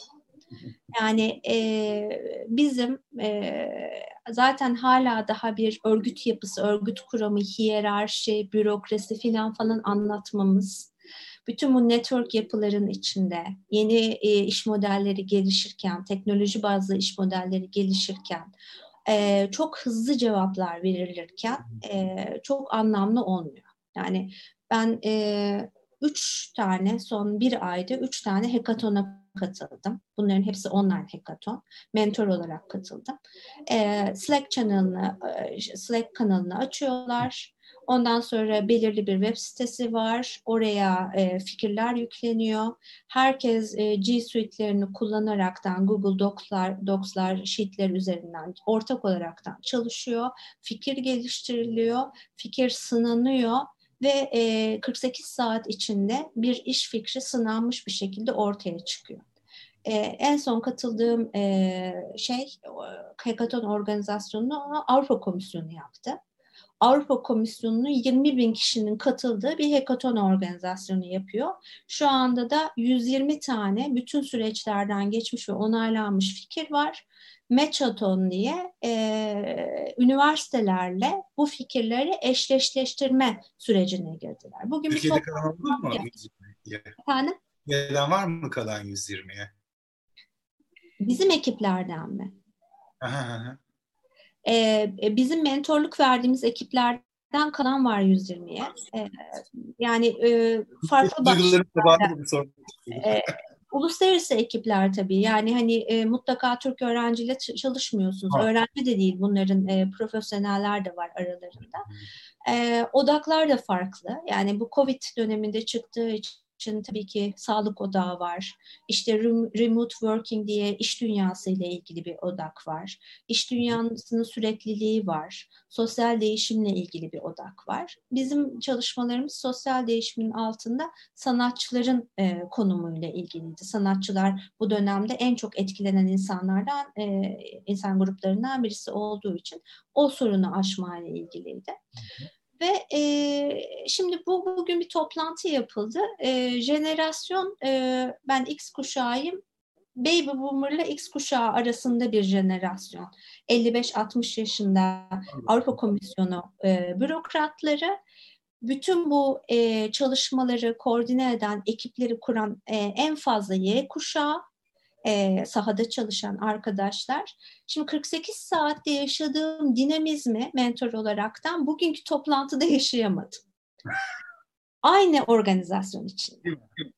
Yani e, bizim e, zaten hala daha bir örgüt yapısı, örgüt kuramı, hiyerarşi, bürokrasi filan falan anlatmamız, bütün bu network yapıların içinde yeni e, iş modelleri gelişirken, teknoloji bazlı iş modelleri gelişirken, e, çok hızlı cevaplar verilirken e, çok anlamlı olmuyor. Yani ben e, üç tane son bir ayda üç tane hackathon'a katıldım. Bunların hepsi online hackathon. Mentor olarak katıldım. E, Slack kanalını e, Slack kanalını açıyorlar. Ondan sonra belirli bir web sitesi var. Oraya e, fikirler yükleniyor. Herkes e, G Suite'lerini kullanaraktan Google Docs'lar, Docs'lar, Sheet'ler üzerinden ortak olaraktan çalışıyor. Fikir geliştiriliyor. Fikir sınanıyor ve e, kırk sekiz saat içinde bir iş fikri sınanmış bir şekilde ortaya çıkıyor. E, en son katıldığım e, şey hackathon organizasyonunu Avrupa Komisyonu yaptı. Avrupa Komisyonu'nun yirmi bin kişinin katıldığı bir hackathon organizasyonu yapıyor. Şu anda da yüz yirmi tane bütün süreçlerden geçmiş ve onaylanmış fikir var. Matchathon diye e, üniversitelerle bu fikirleri eşleştirme sürecine girdiler. Bugün bir Türkiye'de kalan oldu toplantı mu yaptık. yüz yirmiye? Efendim? Türkiye'den var mı kalan yüz yirmiye? Bizim ekiplerden mi? Aha, aha. Ee, bizim mentorluk verdiğimiz ekiplerden kalan var yüz yirmiye. Ee, yani e, farklı Duygularım başlıklarda. kabardı bu soru. E, uluslararası ekipler tabii. Yani hani e, mutlaka Türk öğrenciyle çalışmıyorsunuz. Ha. Öğrenci de değil, bunların e, profesyoneller de var aralarında. E, odaklar da farklı. Yani bu Covid döneminde çıktığı için tabii ki sağlık odağı var. İşte remote working diye iş dünyası ile ilgili bir odak var. İş dünyasının sürekliliği var. Sosyal değişimle ilgili bir odak var. Bizim çalışmalarımız sosyal değişimin altında sanatçıların e, konumuyla ilgiliydi. Sanatçılar bu dönemde en çok etkilenen insanlardan, e, insan gruplarından birisi olduğu için o sorunu aşmayla ilgiliydi. Ve e, şimdi bu bugün bir toplantı yapıldı. E, jenerasyon, e, ben X kuşağıyım. Baby Boomer ile X kuşağı arasında bir jenerasyon. elli beş altmış yaşında Avrupa Komisyonu e, bürokratları, bütün bu e, çalışmaları koordine eden, ekipleri kuran e, en fazla Y kuşağı, e, sahada çalışan arkadaşlar. Şimdi kırk sekiz saatte yaşadığım dinamizmi mentor olaraktan bugünkü toplantıda yaşayamadım. Aynı organizasyon içinde.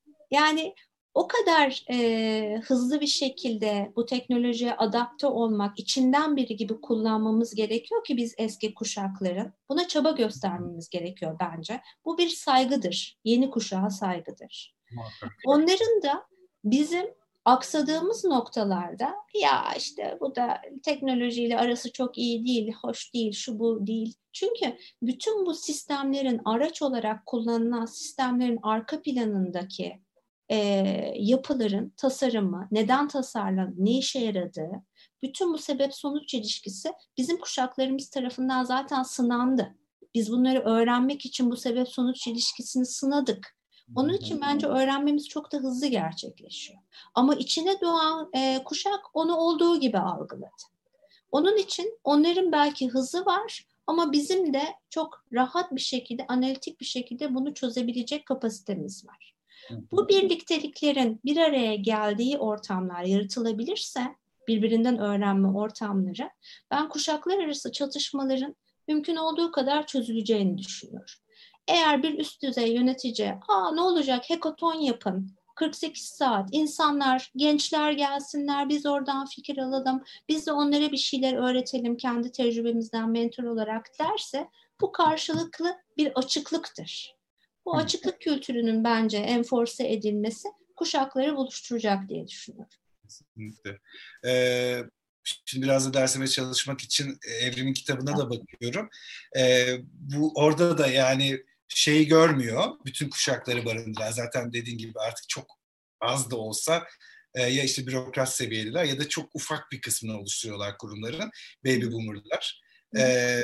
Yani o kadar e, hızlı bir şekilde bu teknolojiye adapte olmak, içinden biri gibi kullanmamız gerekiyor ki biz eski kuşakların. Buna çaba göstermemiz gerekiyor bence. Bu bir saygıdır. Yeni kuşağa saygıdır. Onların da bizim aksadığımız noktalarda, ya işte bu da teknolojiyle arası çok iyi değil, hoş değil, şu bu değil. Çünkü bütün bu sistemlerin, araç olarak kullanılan sistemlerin arka planındaki e, yapıların tasarımı, neden tasarlandı, ne işe yaradığı, bütün bu sebep-sonuç ilişkisi bizim kuşaklarımız tarafından zaten sınandı. Biz bunları öğrenmek için bu sebep-sonuç ilişkisini sınadık. Onun için bence öğrenmemiz çok da hızlı gerçekleşiyor. Ama içine doğan e, kuşak onu olduğu gibi algıladı. Onun için onların belki hızı var ama bizim de çok rahat bir şekilde, analitik bir şekilde bunu çözebilecek kapasitemiz var. Bu birlikteliklerin bir araya geldiği ortamlar yaratılabilirse, birbirinden öğrenme ortamları, ben kuşaklar arası çatışmaların mümkün olduğu kadar çözüleceğini düşünüyorum. Eğer bir üst düzey yönetici, aa ne olacak hackathon yapın, kırk sekiz saat insanlar, gençler gelsinler, biz oradan fikir alalım, biz de onlara bir şeyler öğretelim kendi tecrübemizden mentor olarak derse, bu karşılıklı bir açıklıktır. Bu açıklık kültürünün bence enforce edilmesi kuşakları buluşturacak diye düşünüyorum. Kesinlikle. Ee, şimdi biraz da dersime çalışmak için Evrim'in kitabına da bakıyorum. Ee, bu orada da yani şeyi görmüyor. Bütün kuşakları barındıran, zaten dediğin gibi artık çok az da olsa e, ya işte bürokrat seviyeliler ya da çok ufak bir kısmını oluşturuyorlar kurumların. Baby boomer'lar. Ee,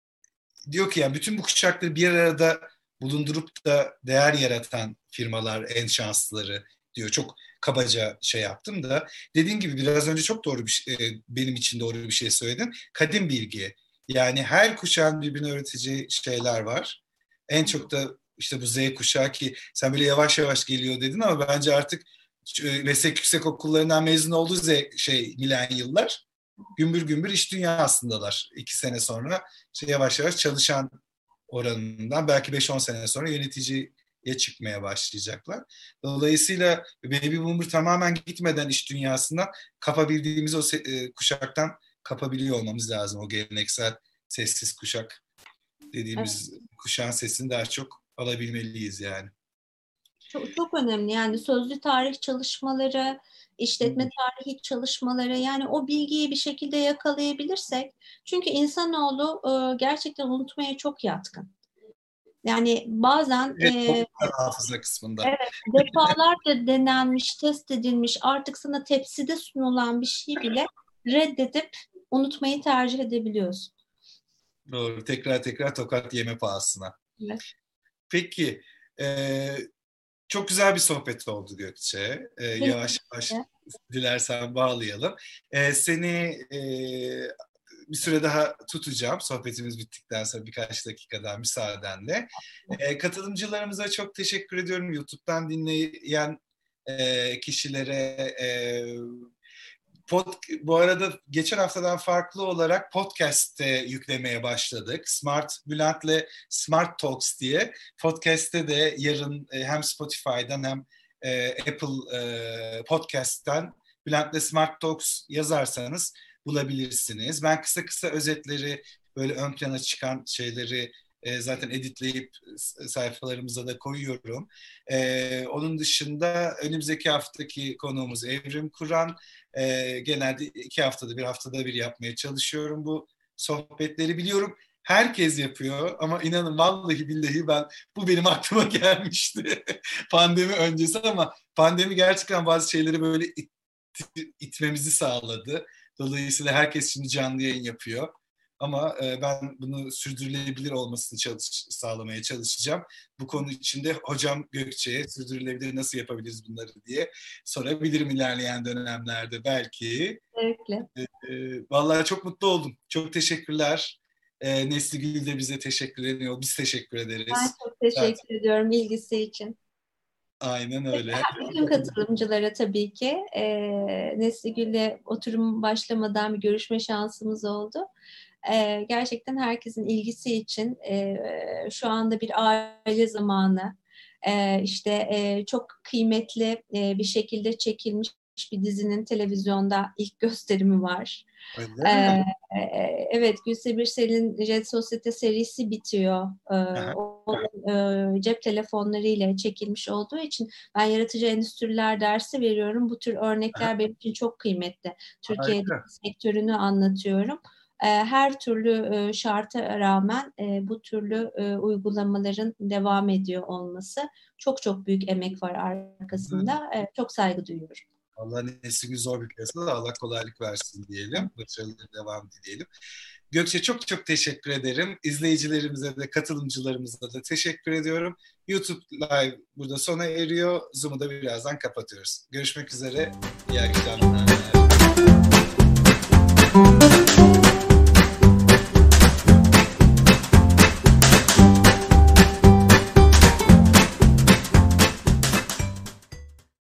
diyor ki yani bütün bu kuşakları bir arada bulundurup da değer yaratan firmalar en şanslıları diyor. Çok kabaca şey yaptım da. Dediğin gibi biraz önce çok doğru bir şey, benim için doğru bir şey söyledin. Kadim bilgi. Yani her kuşağın birbirine öğreteceği şeyler var. En çok da işte bu Z kuşağı, ki sen böyle yavaş yavaş geliyor dedin ama bence artık meslek yüksek okullarından mezun olduğu Z şey milenyıllar. gümbür gümbür iş dünyasındalar. İki sene sonra işte yavaş yavaş çalışan oranından belki beş on sene sonra yöneticiye çıkmaya başlayacaklar. Dolayısıyla Baby Boomer tamamen gitmeden iş dünyasından kapabildiğimiz o se- kuşaktan kapabiliyor olmamız lazım. O geleneksel sessiz kuşak dediğimiz evet. Kuşağın sesini daha çok alabilmeliyiz yani. Çok, çok önemli yani sözlü tarih çalışmaları, işletme tarihi çalışmaları, yani o bilgiyi bir şekilde yakalayabilirsek, çünkü insanoğlu e, gerçekten unutmaya çok yatkın. Yani bazen evet, e, hafıza kısmında. Evet, defalarca denenmiş, test edilmiş, artık sana tepside sunulan bir şey bile reddedip unutmayı tercih edebiliyorsun. Doğru, tekrar tekrar tokat yeme pahasına. Evet. Peki, e, çok güzel bir sohbet oldu Gökçe. Ee, yavaş yavaş dilersen bağlayalım. Ee, seni e, bir süre daha tutacağım. Sohbetimiz bittikten sonra birkaç dakikadan müsaadenle. Ee, katılımcılarımıza çok teşekkür ediyorum. YouTube'dan dinleyen e, kişilere e, Pod, bu arada geçen haftadan farklı olarak podcast'te yüklemeye başladık. Smart Bülent'le Smart Talks diye podcast'te de yarın hem Spotify'dan hem e, Apple e, Podcast'ten Bülent'le Smart Talks yazarsanız bulabilirsiniz. Ben kısa kısa özetleri, böyle ön plana çıkan şeyleri e, zaten editleyip sayfalarımıza da koyuyorum. E, onun dışında önümüzdeki haftaki konuğumuz Evrim Kur'an. E, genelde iki haftada bir, haftada bir yapmaya çalışıyorum bu sohbetleri. Biliyorum herkes yapıyor ama inanın vallahi billahi ben bu benim aklıma gelmişti pandemi öncesi, ama pandemi gerçekten bazı şeyleri böyle it, itmemizi sağladı. Dolayısıyla herkes şimdi canlı yayın yapıyor. Ama e, ben bunu sürdürülebilir olmasını çalış, sağlamaya çalışacağım. Bu konu içinde hocam Gökçe'ye sürdürülebilir nasıl yapabiliriz bunları diye sorabilirim ilerleyen dönemlerde belki. Kesinlikle. E, e, vallahi çok mutlu oldum. Çok teşekkürler. E, Nesli Gül de bize teşekkür ediyor. Biz teşekkür ederiz. Ben çok teşekkür Zaten, ediyorum ilgisi için. aynen öyle. Bütün katılımcılara tabii ki. E, Nesli Gül'le oturum başlamadan bir görüşme şansımız oldu. E, gerçekten herkesin ilgisi için e, şu anda bir aile zamanı, e, işte e, çok kıymetli e, bir şekilde çekilmiş bir dizinin televizyonda ilk gösterimi var. Öyle Ee, mi? evet, Gülse Birsel'in Jet Sosyete serisi bitiyor. Ee, onun e, cep telefonlarıyla çekilmiş olduğu için ben yaratıcı endüstriler dersi veriyorum. Bu tür örnekler benim için çok kıymetli. Türkiye'de sektörünü anlatıyorum. Ee, her türlü e, şarta rağmen e, bu türlü e, uygulamaların devam ediyor olması, çok çok büyük emek var arkasında. E, çok saygı duyuyorum. Allah Nesli zor bir piyasada, Allah kolaylık versin diyelim. Başarılı devam dileyelim. Gökçe çok çok teşekkür ederim. İzleyicilerimize de katılımcılarımıza da teşekkür ediyorum. YouTube Live burada sona eriyor. Zoom'u da birazdan kapatıyoruz. Görüşmek üzere. İyi akşamlar.